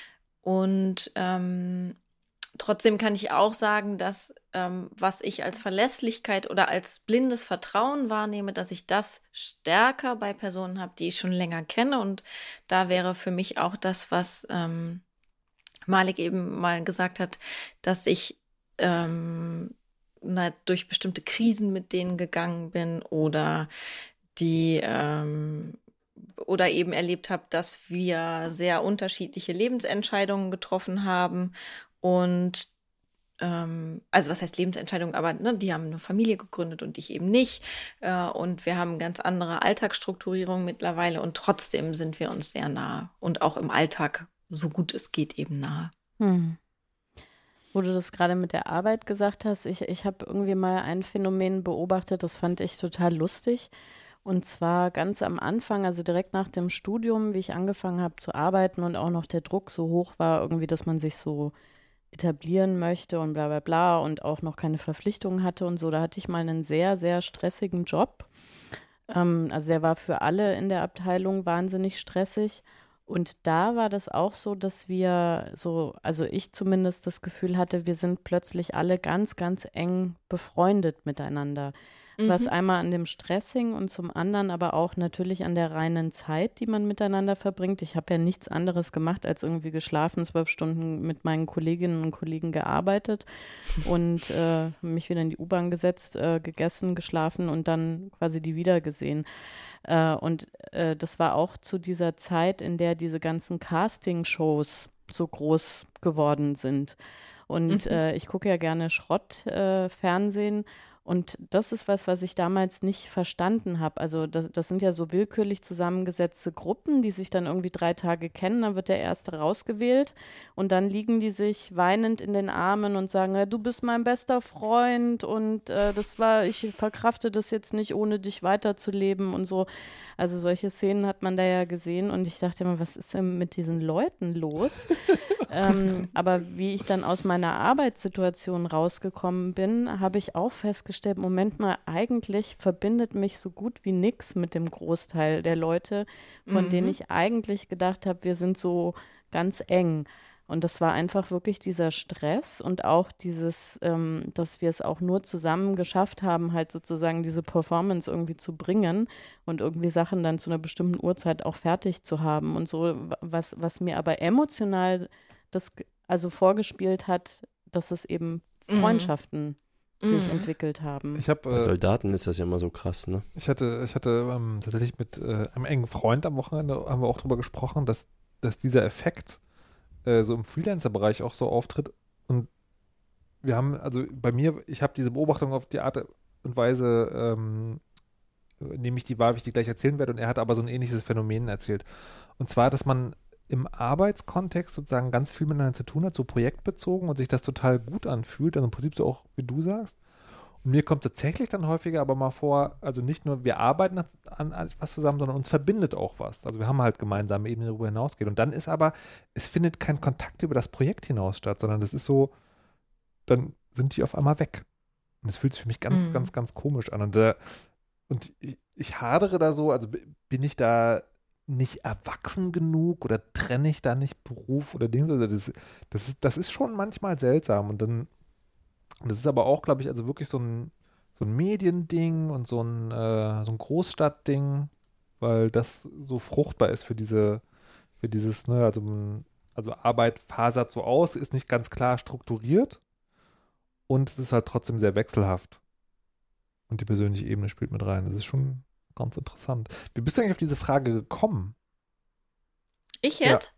Und ähm, trotzdem kann ich auch sagen, dass ähm, was ich als Verlässlichkeit oder als blindes Vertrauen wahrnehme, dass ich das stärker bei Personen habe, die ich schon länger kenne. Und da wäre für mich auch das, was ähm, Malik eben mal gesagt hat, dass ich ähm, na, durch bestimmte Krisen mit denen gegangen bin oder die ähm, oder eben erlebt habe, dass wir sehr unterschiedliche Lebensentscheidungen getroffen haben. Und ähm, also was heißt Lebensentscheidung, aber ne, die haben eine Familie gegründet und ich eben nicht. Äh, und wir haben ganz andere Alltagsstrukturierungen mittlerweile und trotzdem sind wir uns sehr nah und auch im Alltag, so gut es geht, eben nahe. Hm. Wo du das gerade mit der Arbeit gesagt hast, ich, ich habe irgendwie mal ein Phänomen beobachtet, das fand ich total lustig. Und zwar ganz am Anfang, also direkt nach dem Studium, wie ich angefangen habe zu arbeiten und auch noch der Druck so hoch war, irgendwie, dass man sich so etablieren möchte und bla bla bla und auch noch keine Verpflichtungen hatte und so. Da hatte ich mal einen sehr, sehr stressigen Job. Ähm, also der war für alle in der Abteilung wahnsinnig stressig. Und da war das auch so, dass wir so, also ich zumindest das Gefühl hatte, wir sind plötzlich alle ganz, ganz eng befreundet miteinander. Was einmal an dem Stress hing und zum anderen aber auch natürlich an der reinen Zeit, die man miteinander verbringt. Ich habe ja nichts anderes gemacht, als irgendwie geschlafen, zwölf Stunden mit meinen Kolleginnen und Kollegen gearbeitet und äh, mich wieder in die U-Bahn gesetzt, äh, gegessen, geschlafen und dann quasi die wiedergesehen. Äh, und äh, das war auch zu dieser Zeit, in der diese ganzen Casting-Shows so groß geworden sind. Und mhm. äh, ich gucke ja gerne Schrottfernsehen. Äh, Und das ist was, was ich damals nicht verstanden habe. Also das, das sind ja so willkürlich zusammengesetzte Gruppen, die sich dann irgendwie drei Tage kennen. Dann wird der Erste rausgewählt und dann liegen die sich weinend in den Armen und sagen, ja, du bist mein bester Freund und äh, das war, ich verkrafte das jetzt nicht, ohne dich weiterzuleben und so. Also solche Szenen hat man da ja gesehen und ich dachte immer, was ist denn mit diesen Leuten los? ähm, aber wie ich dann aus meiner Arbeitssituation rausgekommen bin, habe ich auch festgestellt, Moment mal, eigentlich verbindet mich so gut wie nix mit dem Großteil der Leute, von mhm. denen ich eigentlich gedacht habe, wir sind so ganz eng. Und das war einfach wirklich dieser Stress und auch dieses, ähm, dass wir es auch nur zusammen geschafft haben, halt sozusagen diese Performance irgendwie zu bringen und irgendwie Sachen dann zu einer bestimmten Uhrzeit auch fertig zu haben und so, was, was mir aber emotional das also vorgespielt hat, dass es eben Freundschaften mhm. sich mhm. entwickelt haben. Ich hab, äh, Bei Soldaten ist das ja immer so krass, ne? Ich hatte, ich hatte ähm, tatsächlich mit äh, einem engen Freund am Wochenende, haben wir auch drüber gesprochen, dass, dass dieser Effekt äh, so im Freelancer-Bereich auch so auftritt. Und wir haben, also bei mir, ich habe diese Beobachtung auf die Art und Weise, ähm, nehme ich die wahr, wie ich die gleich erzählen werde, und er hat aber so ein ähnliches Phänomen erzählt. Und zwar, dass man im Arbeitskontext sozusagen ganz viel miteinander zu tun hat, so projektbezogen und sich das total gut anfühlt, also im Prinzip so auch, wie du sagst. Und mir kommt tatsächlich dann häufiger aber mal vor, also nicht nur wir arbeiten an, an was zusammen, sondern uns verbindet auch was. Also wir haben halt gemeinsame Ebenen, die darüber hinausgehen. Und dann ist aber, es findet kein Kontakt über das Projekt hinaus statt, sondern das ist so, dann sind die auf einmal weg. Und das fühlt sich für mich ganz, mhm. ganz, ganz komisch an. Und, äh, und ich, ich hadere da so, also bin ich da nicht erwachsen genug oder trenne ich da nicht Beruf oder Dinge? Also das, das, ist, das ist schon manchmal seltsam. Und dann, das ist aber auch, glaube ich, also wirklich so ein, so ein Mediending und so ein, äh, so ein Großstadtding, weil das so fruchtbar ist für diese, für dieses, ne, also, also Arbeit fasert so aus, ist nicht ganz klar strukturiert und es ist halt trotzdem sehr wechselhaft. Und die persönliche Ebene spielt mit rein. Das ist schon ganz interessant. Wie bist du eigentlich auf diese Frage gekommen? Ich jetzt?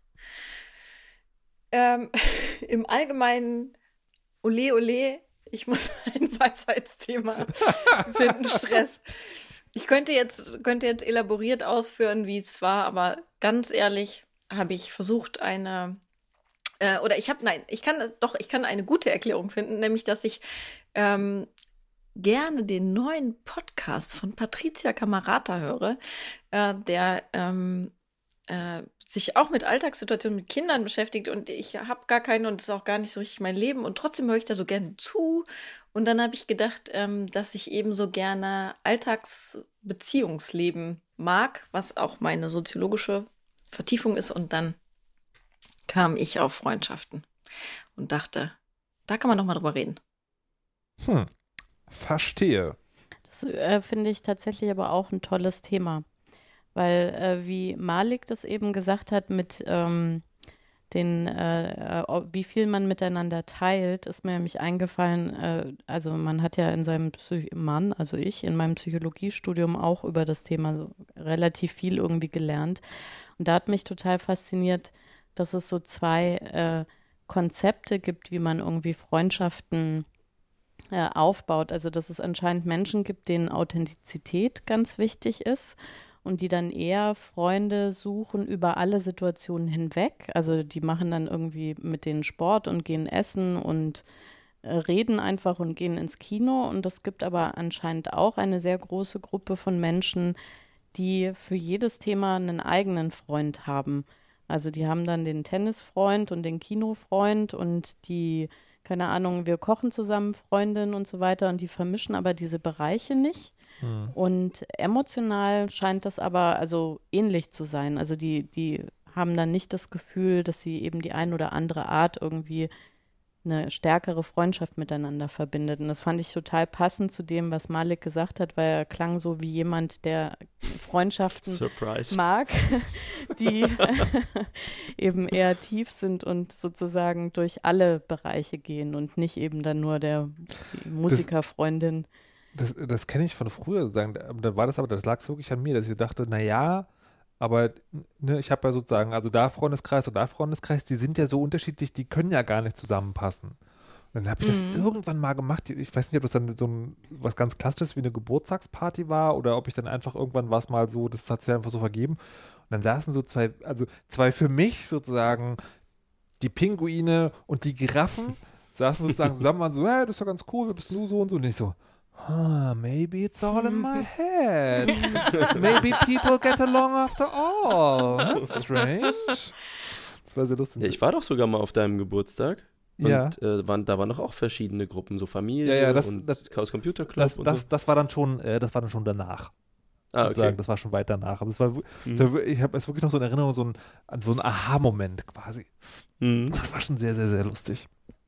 Ja. Ähm, im Allgemeinen, ole ole, ich muss ein Weisheitsthema finden, Stress. Ich könnte jetzt, könnte jetzt elaboriert ausführen, wie es war, aber ganz ehrlich habe ich versucht, eine, äh, oder ich habe, nein, ich kann, doch, ich kann eine gute Erklärung finden, nämlich, dass ich ähm, gerne den neuen Podcast von Patricia Camerata höre, äh, der ähm, äh, sich auch mit Alltagssituationen mit Kindern beschäftigt und ich habe gar keine und das ist auch gar nicht so richtig mein Leben und trotzdem höre ich da so gerne zu und dann habe ich gedacht, ähm, dass ich eben so gerne Alltagsbeziehungsleben mag, was auch meine soziologische Vertiefung ist und dann kam ich auf Freundschaften und dachte, da kann man doch mal drüber reden. Hm. Verstehe. Das äh, finde ich tatsächlich aber auch ein tolles Thema, weil äh, wie Malik das eben gesagt hat mit ähm, den, äh, äh, wie viel man miteinander teilt, ist mir nämlich eingefallen, äh, also man hat ja in seinem Psych- Mann, also ich, in meinem Psychologiestudium auch über das Thema so relativ viel irgendwie gelernt und da hat mich total fasziniert, dass es so zwei äh, Konzepte gibt, wie man irgendwie Freundschaften aufbaut. Also dass es anscheinend Menschen gibt, denen Authentizität ganz wichtig ist und die dann eher Freunde suchen über alle Situationen hinweg. Also die machen dann irgendwie mit denen Sport und gehen essen und äh, reden einfach und gehen ins Kino. Und es gibt aber anscheinend auch eine sehr große Gruppe von Menschen, die für jedes Thema einen eigenen Freund haben. Also die haben dann den Tennisfreund und den Kinofreund und die keine Ahnung, wir kochen zusammen, Freundinnen und so weiter und die vermischen aber diese Bereiche nicht. Hm. Und emotional scheint das aber also ähnlich zu sein. Also die, die haben dann nicht das Gefühl, dass sie eben die ein oder andere Art irgendwie eine stärkere Freundschaft miteinander verbindet. Und das fand ich total passend zu dem, was Malik gesagt hat, weil er klang so wie jemand, der Freundschaften Surprise. mag, die eben eher tief sind und sozusagen durch alle Bereiche gehen und nicht eben dann nur der die Musikerfreundin. Das, das, das kenne ich von früher sozusagen. Da war das aber, das lag wirklich an mir, dass ich dachte, naja, aber ne, ich habe ja sozusagen, also da Freundeskreis und da Freundeskreis, die sind ja so unterschiedlich, die können ja gar nicht zusammenpassen. Und dann habe ich das mhm. irgendwann mal gemacht. Ich weiß nicht, ob das dann so ein, was ganz Klassisches wie eine Geburtstagsparty war oder ob ich dann einfach irgendwann war es mal so, das hat sich einfach so vergeben. Und dann saßen so zwei, also zwei für mich sozusagen, die Pinguine und die Giraffen saßen sozusagen zusammen, waren so, hey, das ist doch ganz cool, wir bist nur so und so. Und ich so, Huh, maybe it's all in my head. Maybe people get along after all. That's strange. Das war sehr lustig. Ja, ich war doch sogar mal auf deinem Geburtstag. Und ja. äh, waren, da waren doch auch verschiedene Gruppen, so Familie ja, ja, das, und das, Chaos Computer Club das, und das, so. Das war dann schon, äh, das war dann schon danach. Ah, okay. Sagen. Das war schon weit danach. Aber es war, mhm. es war ich habe es wirklich noch so in Erinnerung, so ein, so ein Aha-Moment quasi. Mhm. Das war schon sehr, sehr, sehr lustig.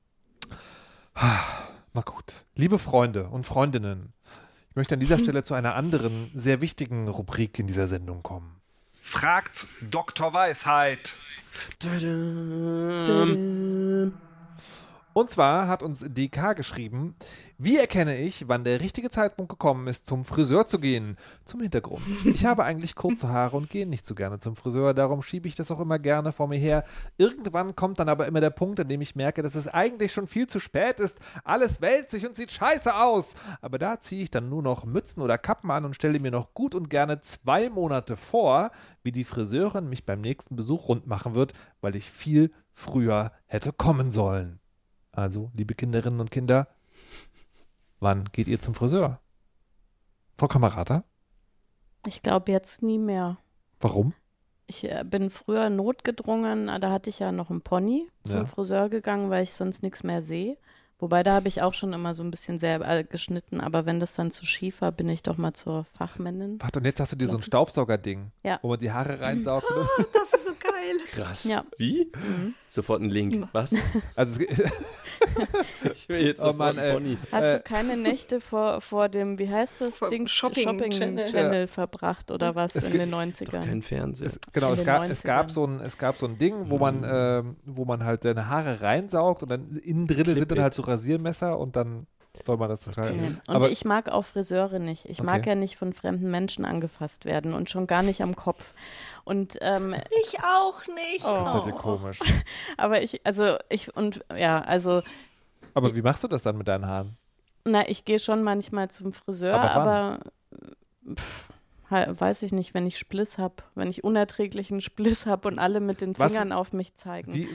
Na gut. Liebe Freunde und Freundinnen, ich möchte an dieser Stelle zu einer anderen, sehr wichtigen Rubrik in dieser Sendung kommen. Fragt Doktor Weisheit. Und zwar hat uns D K geschrieben, wie erkenne ich, wann der richtige Zeitpunkt gekommen ist, zum Friseur zu gehen? Zum Hintergrund. Ich habe eigentlich kurze Haare und gehe nicht so gerne zum Friseur, darum schiebe ich das auch immer gerne vor mir her. Irgendwann kommt dann aber immer der Punkt, an dem ich merke, dass es eigentlich schon viel zu spät ist. Alles wälzt sich und sieht scheiße aus. Aber da ziehe ich dann nur noch Mützen oder Kappen an und stelle mir noch gut und gerne zwei Monate vor, wie die Friseurin mich beim nächsten Besuch rund machen wird, weil ich viel früher hätte kommen sollen. Also, liebe Kinderinnen und Kinder, wann geht ihr zum Friseur? Frau Kamerata? Ich glaube jetzt nie mehr. Warum? Ich äh, bin früher notgedrungen, da hatte ich ja noch einen Pony, zum Ja. Friseur gegangen, weil ich sonst nichts mehr sehe. Wobei, da habe ich auch schon immer so ein bisschen selber äh, geschnitten, aber wenn das dann zu schief war, bin ich doch mal zur Fachmännin. Warte, und jetzt hast du dir so ein Staubsaugerding, Ja. wo man die Haare reinsaugt. Das ist so geil. Krass. Ja. Wie? Mhm. Sofort ein Link. Was? Also, es- Ich will jetzt Oh sofort Mann, einen ey. Pony. Hast Äh, du keine Nächte vor, vor dem, wie heißt das Vor Ding, Shopping Channel, Channel. verbracht oder was Es in gibt den neunzigern? Kein Fernseher. es, genau, In es den gab, es, gab neunzigern. so ein, es gab so ein Ding, wo man, ähm, wo man halt deine Haare reinsaugt und dann innen drin sind dann Clip-It. halt so Rasiermesser und dann soll man das total. Nee. Und Aber ich mag auch Friseure nicht. Ich mag Okay. ja nicht von fremden Menschen angefasst werden und schon gar nicht am Kopf. Und ähm, Ich auch nicht. Oh. seid ihr komisch. aber ich, also ich und ja, also Aber wie machst du das dann mit deinen Haaren? na, ich gehe schon manchmal zum Friseur, Aber wann? aber pff, he- weiß ich nicht, wenn ich Spliss habe, wenn ich unerträglichen Spliss habe und alle mit den Was Fingern ist- auf mich zeigen. Wie?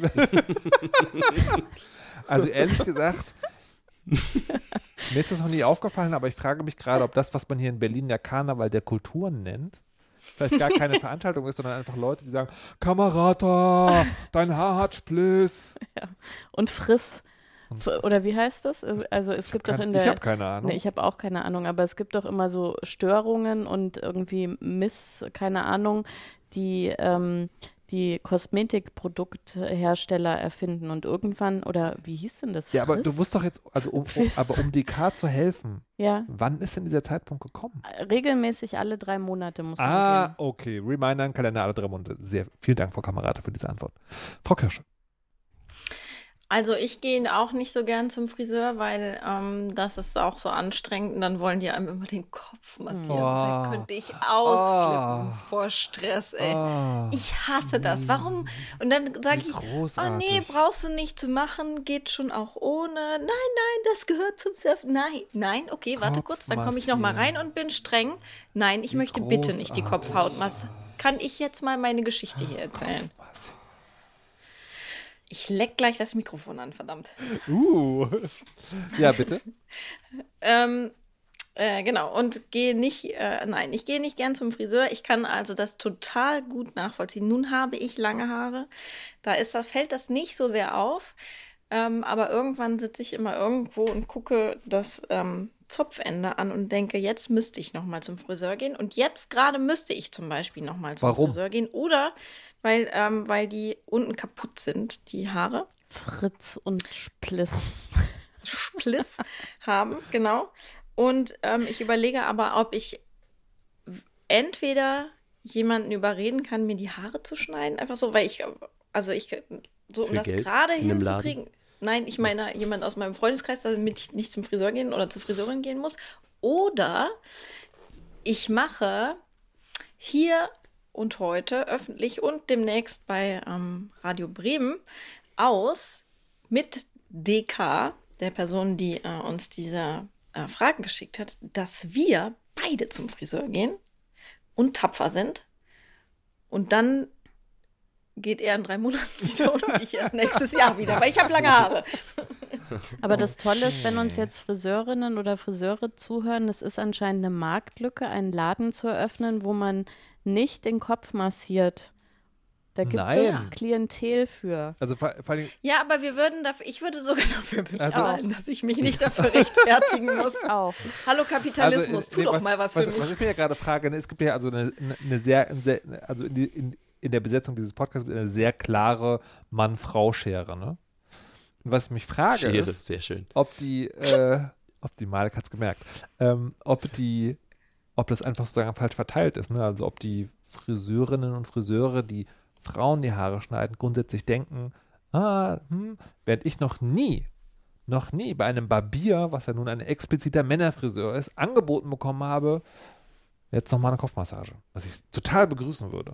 Also ehrlich gesagt, mir ist das noch nie aufgefallen, aber ich frage mich gerade, ob das, was man hier in Berlin ja Karneval der Kulturen nennt, vielleicht gar keine Veranstaltung ist, sondern einfach Leute, die sagen, Kamerata, dein Haar hat Spliss. Und Friss. F- Oder wie heißt das? Also es gibt doch Kein, in ich der habe keine Ahnung. Nee, ich habe auch keine Ahnung, aber es gibt doch immer so Störungen und irgendwie Miss, keine Ahnung, die ähm, die Kosmetikprodukthersteller erfinden und irgendwann, oder wie hieß denn das? ja, aber Friss? du musst doch jetzt, also um, um, Friss. aber um D K zu helfen, Ja, wann ist denn dieser Zeitpunkt gekommen? regelmäßig alle drei Monate muss man Ah, gehen. okay. Reminder im Kalender alle drei Monate. Sehr vielen Dank, Frau Kamerata, für diese Antwort. Frau Kirsche. Also ich gehe auch nicht so gern zum Friseur, weil ähm, das ist auch so anstrengend und dann wollen die einem immer den Kopf massieren. Oh. Da könnte ich ausflippen Oh. vor Stress, ey. Oh, Ich hasse das. Warum? Und dann sage wie ich, oh großartig. nee, brauchst du nicht zu machen, geht schon auch ohne. Nein, nein, das gehört zum Surfen. Nein, nein, okay, warte kurz, dann komme ich noch mal rein und bin streng. Nein, ich Wie möchte bitte nicht die großartig. Kopfhaut massieren. Kann ich jetzt mal meine Geschichte hier erzählen? Was? Ich leck gleich das Mikrofon an, verdammt. Uh. Ja, bitte. Ähm, äh, genau, und gehe nicht, äh, nein, ich gehe nicht gern zum Friseur. Ich kann also das total gut nachvollziehen. Nun habe ich lange Haare. Da ist das, fällt das nicht so sehr auf. Ähm, aber irgendwann sitze ich immer irgendwo und gucke das ähm, Zopfende an und denke, jetzt müsste ich noch mal zum Friseur gehen. Und jetzt gerade müsste ich zum Beispiel noch mal zum Warum? Friseur gehen. Oder weil, ähm, weil die unten kaputt sind, die Haare. Fritz und Spliss. Spliss haben, genau. Und ähm, ich überlege aber, ob ich entweder jemanden überreden kann, mir die Haare zu schneiden, einfach so, weil ich, also ich, so um Für das Geld? gerade In einem Laden? hinzukriegen. Nein, ich meine jemand aus meinem Freundeskreis, damit ich nicht zum Friseur gehen oder zur Friseurin gehen muss. Oder ich mache hier und heute öffentlich und demnächst bei ähm, Radio Bremen aus mit D K, der Person, die äh, uns diese äh, Fragen geschickt hat, dass wir beide zum Friseur gehen und tapfer sind. Und dann geht er in drei Monaten wieder und ich erst nächstes Jahr wieder, weil ich habe lange Haare. Aber das Tolle ist, wenn uns jetzt Friseurinnen oder Friseure zuhören, es ist anscheinend eine Marktlücke, einen Laden zu eröffnen, wo man nicht den Kopf massiert. Da gibt Nein. es Klientel für. Also vor, vor allem, Ja, aber wir würden dafür, ich würde sogar dafür bezahlen, Also- dass ich mich nicht dafür rechtfertigen muss. Auch. Hallo Kapitalismus, also, tu nee, doch mal was für was, mich. Was ich mir ja gerade frage, ne, es gibt ja also eine, eine sehr, eine sehr also in, die, in, in der Besetzung dieses Podcasts eine sehr klare Mann-Frau-Schere, ne? Und was ich mich frage Schere, ist, sehr schön. ob die, äh, ob die Malek hat es gemerkt, ähm, ob die, ob das einfach sozusagen falsch verteilt ist, ne? Also ob die Friseurinnen und Friseure, die Frauen die Haare schneiden, grundsätzlich denken, ah, hm, während ich noch nie noch nie bei einem Barbier, was ja nun ein expliziter Männerfriseur ist, angeboten bekommen habe, jetzt nochmal eine Kopfmassage. Was ich total begrüßen würde.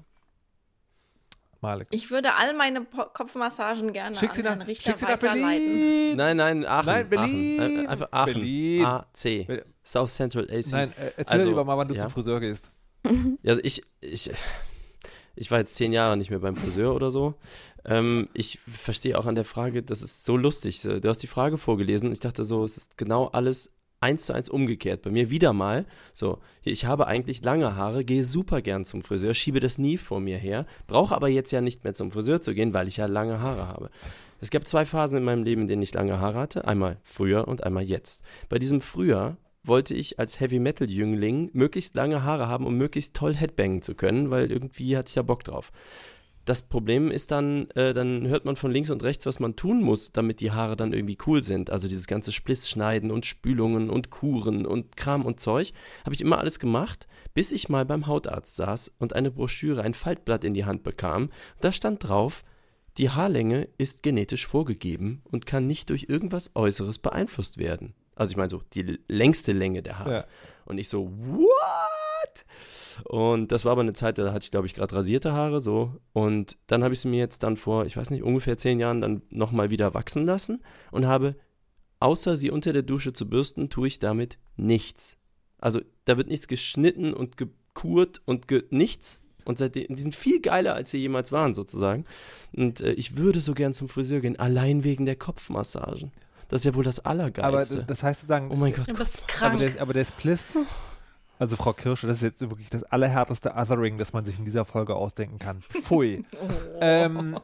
Malik. Ich würde all meine Po- Kopfmassagen gerne Schick sie an Herrn nach, Richter schick sie nach weiterleiten. Berlin. Nein, nein, Aachen. Nein, Berlin. Aachen. Äh, Einfach Aachen. Berlin. A C. Be- South Central A C. Nein, äh, erzähl Also, lieber mal, wann du ja. zum Friseur gehst. Also ich, ich, ich war jetzt zehn Jahre nicht mehr beim Friseur oder so. Ähm, ich verstehe auch an der Frage, das ist so lustig. Du hast die Frage vorgelesen. Ich dachte so, es ist genau alles eins zu eins umgekehrt. Bei mir wieder mal. So, ich habe eigentlich lange Haare, gehe super gern zum Friseur, schiebe das nie vor mir her, brauche aber jetzt ja nicht mehr zum Friseur zu gehen, weil ich ja lange Haare habe. Es gab zwei Phasen in meinem Leben, in denen ich lange Haare hatte. Einmal früher und einmal jetzt. Bei diesem früher wollte ich als Heavy-Metal-Jüngling möglichst lange Haare haben, um möglichst toll Headbangen zu können, weil irgendwie hatte ich ja Bock drauf. Das Problem ist dann, äh, dann hört man von links und rechts, was man tun muss, damit die Haare dann irgendwie cool sind. Also dieses ganze Splissschneiden und Spülungen und Kuren und Kram und Zeug. Habe ich immer alles gemacht, bis ich mal beim Hautarzt saß und eine Broschüre, ein Faltblatt in die Hand bekam. Da stand drauf, die Haarlänge ist genetisch vorgegeben und kann nicht durch irgendwas Äußeres beeinflusst werden. Also ich meine so, die längste Länge der Haare. Ja. Und ich so, what? Und das war aber eine Zeit, da hatte ich, glaube ich, gerade rasierte Haare, so. Und dann habe ich sie mir jetzt dann vor, ich weiß nicht, ungefähr zehn Jahren dann nochmal wieder wachsen lassen und habe, außer sie unter der Dusche zu bürsten, tue ich damit nichts. Also da wird nichts geschnitten und gekurt und ge nichts. Und seitdem, die sind viel geiler, als sie jemals waren, sozusagen. Und äh, ich würde so gern zum Friseur gehen, allein wegen der Kopfmassagen. Das ist ja wohl das Allergeilste. Aber das heißt sozusagen, oh mein Gott. Du bist aber krank. der, aber der Spliss, also Frau Kirsche, das ist jetzt wirklich das allerhärteste Othering, das man sich in dieser Folge ausdenken kann. Pfui. ähm,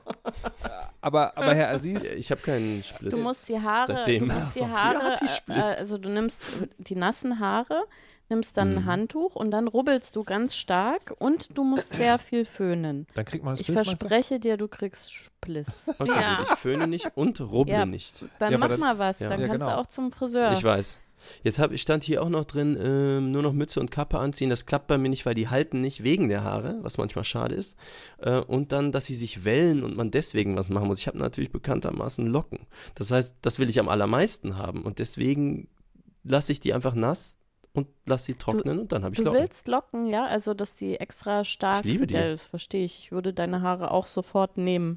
aber, aber Herr Aziz, Ja, ich habe keinen Spliss. Du musst die Haare, Seitdem. du musst Ach die so, früher Haare, hatte ich Spliss. äh, also du nimmst die nassen Haare, nimmst dann Mhm. ein Handtuch und dann rubbelst du ganz stark und du musst sehr viel föhnen. dann kriegt man das Ich Spliss, meinst du? verspreche dir, du kriegst Spliss. Okay, Ja. gut, ich föhne nicht und rubble Ja. nicht. Dann Ja, aber mach dann- mal was, ja. dann Ja, kannst genau. du auch zum Friseur. Ich weiß. Jetzt hab, stand hier auch noch drin, ähm, nur noch Mütze und Kappe anziehen. Das klappt bei mir nicht, weil die halten nicht wegen der Haare, was manchmal schade ist. Äh, und dann, dass sie sich wellen und man deswegen was machen muss. Ich habe natürlich bekanntermaßen Locken. Das heißt, das will ich am allermeisten haben. Und deswegen lasse ich die einfach nass und lasse sie trocknen und dann habe ich Du Locken. willst Locken, ja, also dass die extra stark Ich liebe sind. die. Ja, das verstehe ich. Ich würde deine Haare auch sofort nehmen.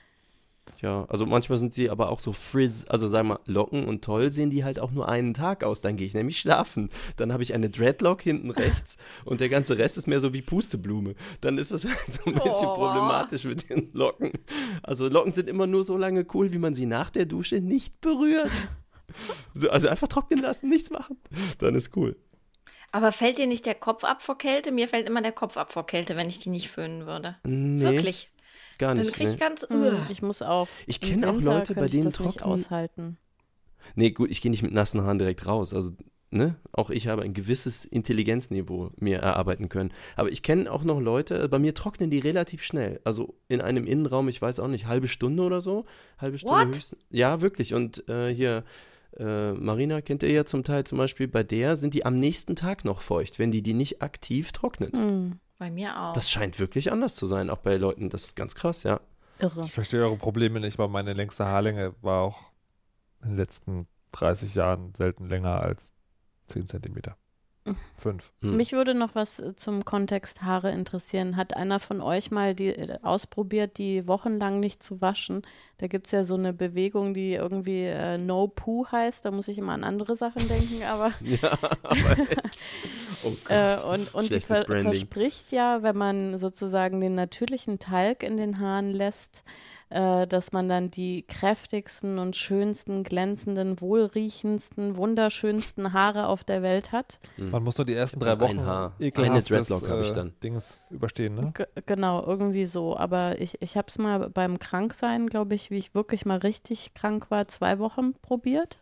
Ja, also manchmal sind sie aber auch so frizz, also sagen wir Locken und toll sehen die halt auch nur einen Tag aus. Dann gehe ich nämlich schlafen. Dann habe ich eine Dreadlock hinten rechts und der ganze Rest ist mehr so wie Pusteblume. Dann ist das halt so ein bisschen Oh. problematisch mit den Locken. Also Locken sind immer nur so lange cool, wie man sie nach der Dusche nicht berührt. So, also einfach trocknen lassen, nichts machen. Dann ist cool. Aber fällt dir nicht der Kopf ab vor Kälte? Mir fällt immer der Kopf ab vor Kälte, wenn ich die nicht föhnen würde. Nee, Wirklich. gar Dann nicht. krieg ich Nee, ganz. Hm, Ugh. Ich muss auch. Ich im kenne auch Winter Leute, bei könnte ich denen das nicht trocken- aushalten. nee gut, ich gehe nicht mit nassen Haaren direkt raus. Also, ne? Auch ich habe ein gewisses Intelligenzniveau mir erarbeiten können. Aber ich kenne auch noch Leute, bei mir trocknen die relativ schnell. Also in einem Innenraum, ich weiß auch nicht, halbe Stunde oder so. Halbe Stunde What? höchstens. Ja, wirklich. Und äh, hier, äh, Marina kennt ihr ja zum Teil zum Beispiel, bei der sind die am nächsten Tag noch feucht, wenn die die nicht aktiv trocknet. Hm, Bei mir auch. Das scheint wirklich anders zu sein, auch bei Leuten. Das ist ganz krass, ja. irre. Ich verstehe eure Probleme nicht, weil meine längste Haarlänge war auch in den letzten dreißig Jahren selten länger als zehn Zentimeter. Fünf. Hm. Mich würde noch was äh, zum Kontext Haare interessieren. Hat einer von euch mal die, äh, ausprobiert, die wochenlang nicht zu waschen? Da gibt es ja so eine Bewegung, die irgendwie äh, No Poo heißt. Da muss ich immer an andere Sachen denken, aber Ja, aber oh Gott. äh, und, und die Schlechtes ver Branding. verspricht ja, wenn man sozusagen den natürlichen Talg in den Haaren lässt, äh, dass man dann die kräftigsten und schönsten, glänzenden, wohlriechendsten, wunderschönsten Haare auf der Welt hat. Man muss nur die ersten Ich drei hab ein Wochen Haar. ekelhaftes, Eine Dreadlock habe ich äh, dann. Dings überstehen, ne? G genau, irgendwie so. Aber ich, ich habe es mal beim Kranksein, glaube ich, wie ich wirklich mal richtig krank war, zwei Wochen probiert.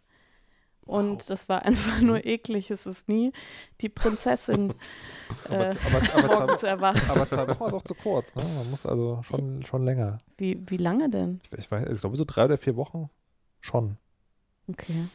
Und das war einfach nur eklig. Es ist nie die Prinzessin Aber, äh, aber, aber, morgens zwei, erwacht. aber zwei Wochen ist auch zu kurz, ne? Man muss also schon, schon länger. Wie, wie lange denn? Ich, ich, weiß, ich glaube so drei oder vier Wochen schon. Okay.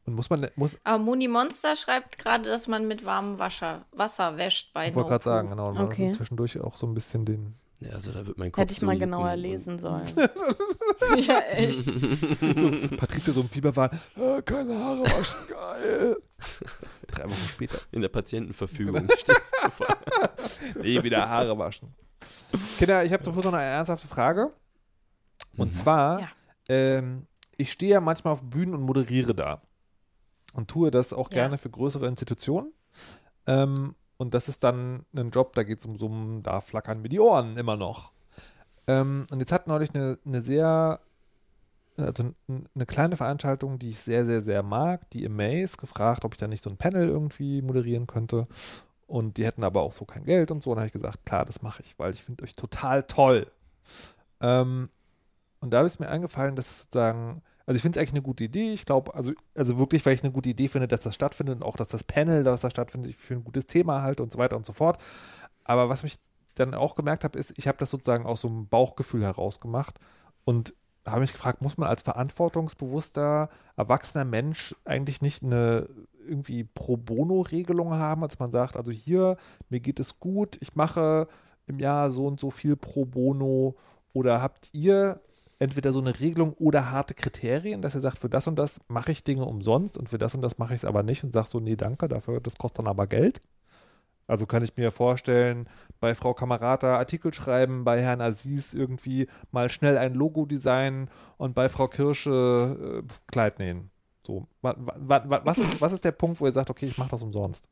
Und muss man, muss, Aber Moni Monster schreibt gerade, dass man mit warmem Wasser, Wasser wäscht bei ich wollte gerade sagen, genau, und man Okay. zwischendurch auch so ein bisschen den, Ja, also da wird mein Kopf Hätte ich so mal jucken genauer und- lesen sollen. Ja, echt. so, Patricia so im Fieber war, äh, keine Haare waschen, geil. Drei Wochen später, In der Patientenverfügung steht. nee, wieder Haare waschen. Kinder, ich habe zum Schluss noch eine ernsthafte Frage. Und Mhm. zwar, Ja. ähm, ich stehe ja manchmal auf Bühnen und moderiere da. Und tue das auch Ja. gerne für größere Institutionen. Ähm, und das ist dann ein Job, da geht es um Summen, da flackern mir die Ohren immer noch. Ähm, und jetzt hat neulich eine, eine sehr, also n- eine kleine Veranstaltung, die ich sehr, sehr, sehr mag, die Amaze, gefragt, ob ich da nicht so ein Panel irgendwie moderieren könnte. Und die hätten aber auch so kein Geld und so. Und da habe ich gesagt, klar, das mache ich, weil ich finde euch total toll. Ähm, und da ist mir eingefallen, dass es sozusagen, also ich finde es eigentlich eine gute Idee. Ich glaube, also, also wirklich, weil ich eine gute Idee finde, dass das stattfindet und auch, dass das Panel, das da stattfindet, ich für ein gutes Thema halte und so weiter und so fort. Aber was mich dann auch gemerkt habe, ist, ich habe das sozusagen aus so einem Bauchgefühl heraus gemacht und habe mich gefragt, muss man als verantwortungsbewusster, erwachsener Mensch eigentlich nicht eine irgendwie Pro-Bono-Regelung haben, als man sagt, also hier, mir geht es gut, ich mache im Jahr so und so viel Pro Bono, oder habt ihr entweder so eine Regelung oder harte Kriterien, dass ihr sagt, für das und das mache ich Dinge umsonst und für das und das mache ich es aber nicht und sag so, nee, danke, dafür, das kostet dann aber Geld. Also kann ich mir vorstellen, bei Frau Kamerata Artikel schreiben, bei Herrn Aziz irgendwie mal schnell ein Logo designen und bei Frau Kirsche äh, Kleid nähen. So, wa, wa, wa, was, ist, was ist der Punkt, wo ihr sagt, okay, ich mache das umsonst?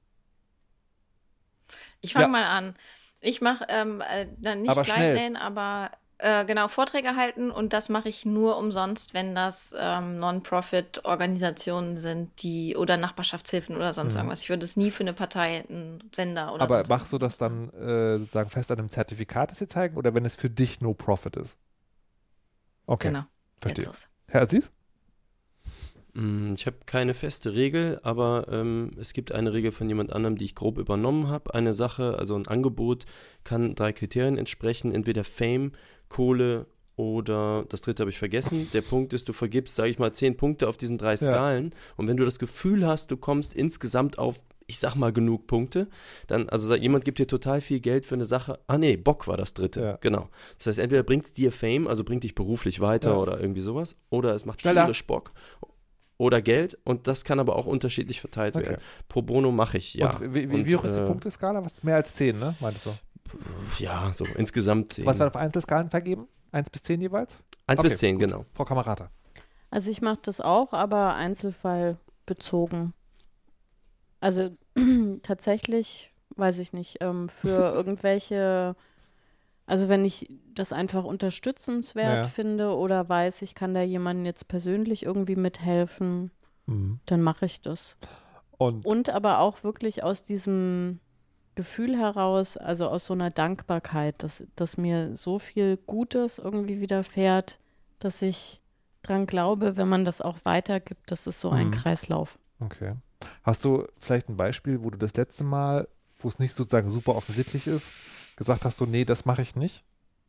Ich fange Ja. mal an. Ich mache ähm, äh, dann nicht Aber schnell. Kleidnähen, aber äh, genau Vorträge halten und das mache ich nur umsonst, wenn das ähm, Non-Profit-Organisationen sind, die oder Nachbarschaftshilfen oder sonst Mhm. irgendwas. Ich würde es nie für eine Partei, einen Sender oder Aber sonst machst du das dann äh, sozusagen fest an einem Zertifikat, das sie zeigen, oder wenn es für dich No Profit ist? Okay, Genau. verstehe. Jetzt ist. Herr Aziz? Mm, Ich habe keine feste Regel, aber ähm, es gibt eine Regel von jemand anderem, die ich grob übernommen habe. Eine Sache, also ein Angebot, kann drei Kriterien entsprechen, entweder Fame, Kohle oder, das dritte habe ich vergessen. Der Punkt ist, du vergibst, sage ich mal, zehn Punkte auf diesen drei Skalen und wenn du das Gefühl hast, du kommst insgesamt auf, ich sag mal, genug Punkte, dann, also sag, jemand gibt dir total viel Geld für eine Sache, ah nee, Bock war das dritte, Ja. genau. Das heißt, entweder bringt es dir Fame, also bringt dich beruflich weiter Ja. oder irgendwie sowas, oder es macht Schneller. tierisch Bock. Oder Geld und das kann aber auch unterschiedlich verteilt Okay. werden. Pro Bono mache ich, ja. Und wie, wie, Und, wie hoch ist die äh, Punkteskala? Was, mehr als zehn, ne? Meintest du? Ja, so insgesamt zehn. Was wird auf Einzelskalen vergeben? Eins bis zehn jeweils? Eins Okay, bis zehn, gut. genau. Frau Kamerata. Also ich mache das auch, aber einzelfallbezogen. Also tatsächlich, weiß ich nicht, ähm, für irgendwelche, also wenn ich das einfach unterstützenswert Ja. finde oder weiß, ich kann da jemandem jetzt persönlich irgendwie mithelfen, Mhm. dann mache ich das. Und Und aber auch wirklich aus diesem Gefühl heraus, also aus so einer Dankbarkeit, dass, dass mir so viel Gutes irgendwie widerfährt, dass ich dran glaube, wenn man das auch weitergibt, das ist so ein Mhm. Kreislauf. okay. Hast du vielleicht ein Beispiel, wo du das letzte Mal, wo es nicht sozusagen super offensichtlich ist, gesagt hast du, nee, das mache ich nicht?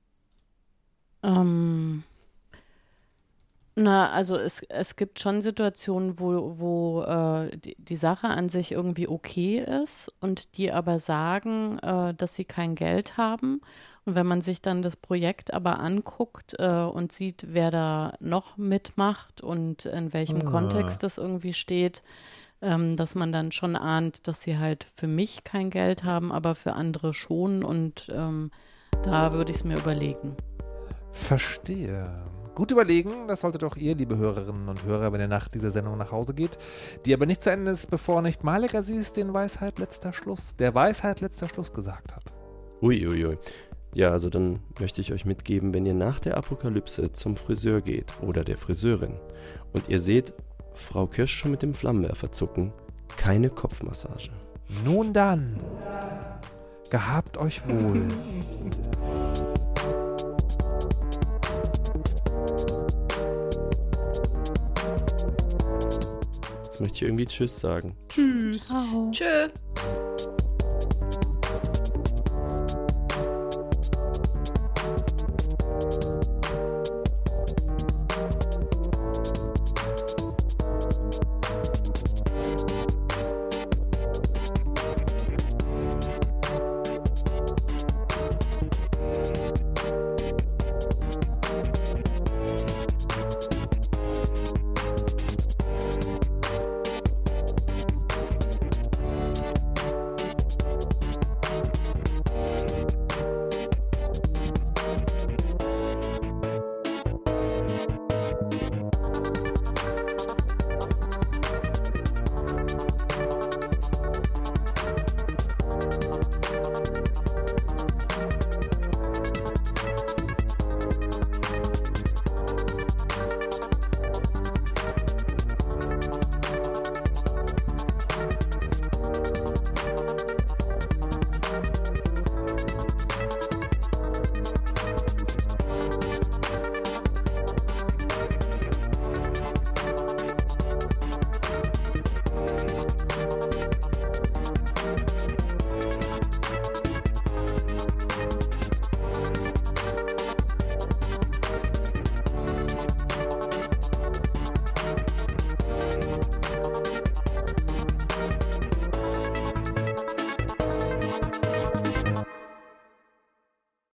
Ähm, na, also es, es gibt schon Situationen, wo, wo äh, die, die Sache an sich irgendwie okay ist und die aber sagen, äh, dass sie kein Geld haben. Und wenn man sich dann das Projekt aber anguckt äh, und sieht, wer da noch mitmacht und in welchem Ah. Kontext das irgendwie steht, ähm, dass man dann schon ahnt, dass sie halt für mich kein Geld haben, aber für andere schon. Und ähm, da würde ich es mir überlegen. Verstehe. Gut überlegen, das solltet auch ihr, liebe Hörerinnen und Hörer, wenn ihr nach dieser Sendung nach Hause geht, die aber nicht zu Ende ist, bevor nicht Malik Aziz den Weisheit letzter Schluss, der Weisheit letzter Schluss gesagt hat. Uiuiui. Ui, ui. Ja, also dann möchte ich euch mitgeben, wenn ihr nach der Apokalypse zum Friseur geht oder der Friseurin und ihr seht Frau Kirsch schon mit dem Flammenwerfer zucken, keine Kopfmassage. Nun dann, gehabt euch wohl. Jetzt möchte ich irgendwie Tschüss sagen. Ciao. Tschö.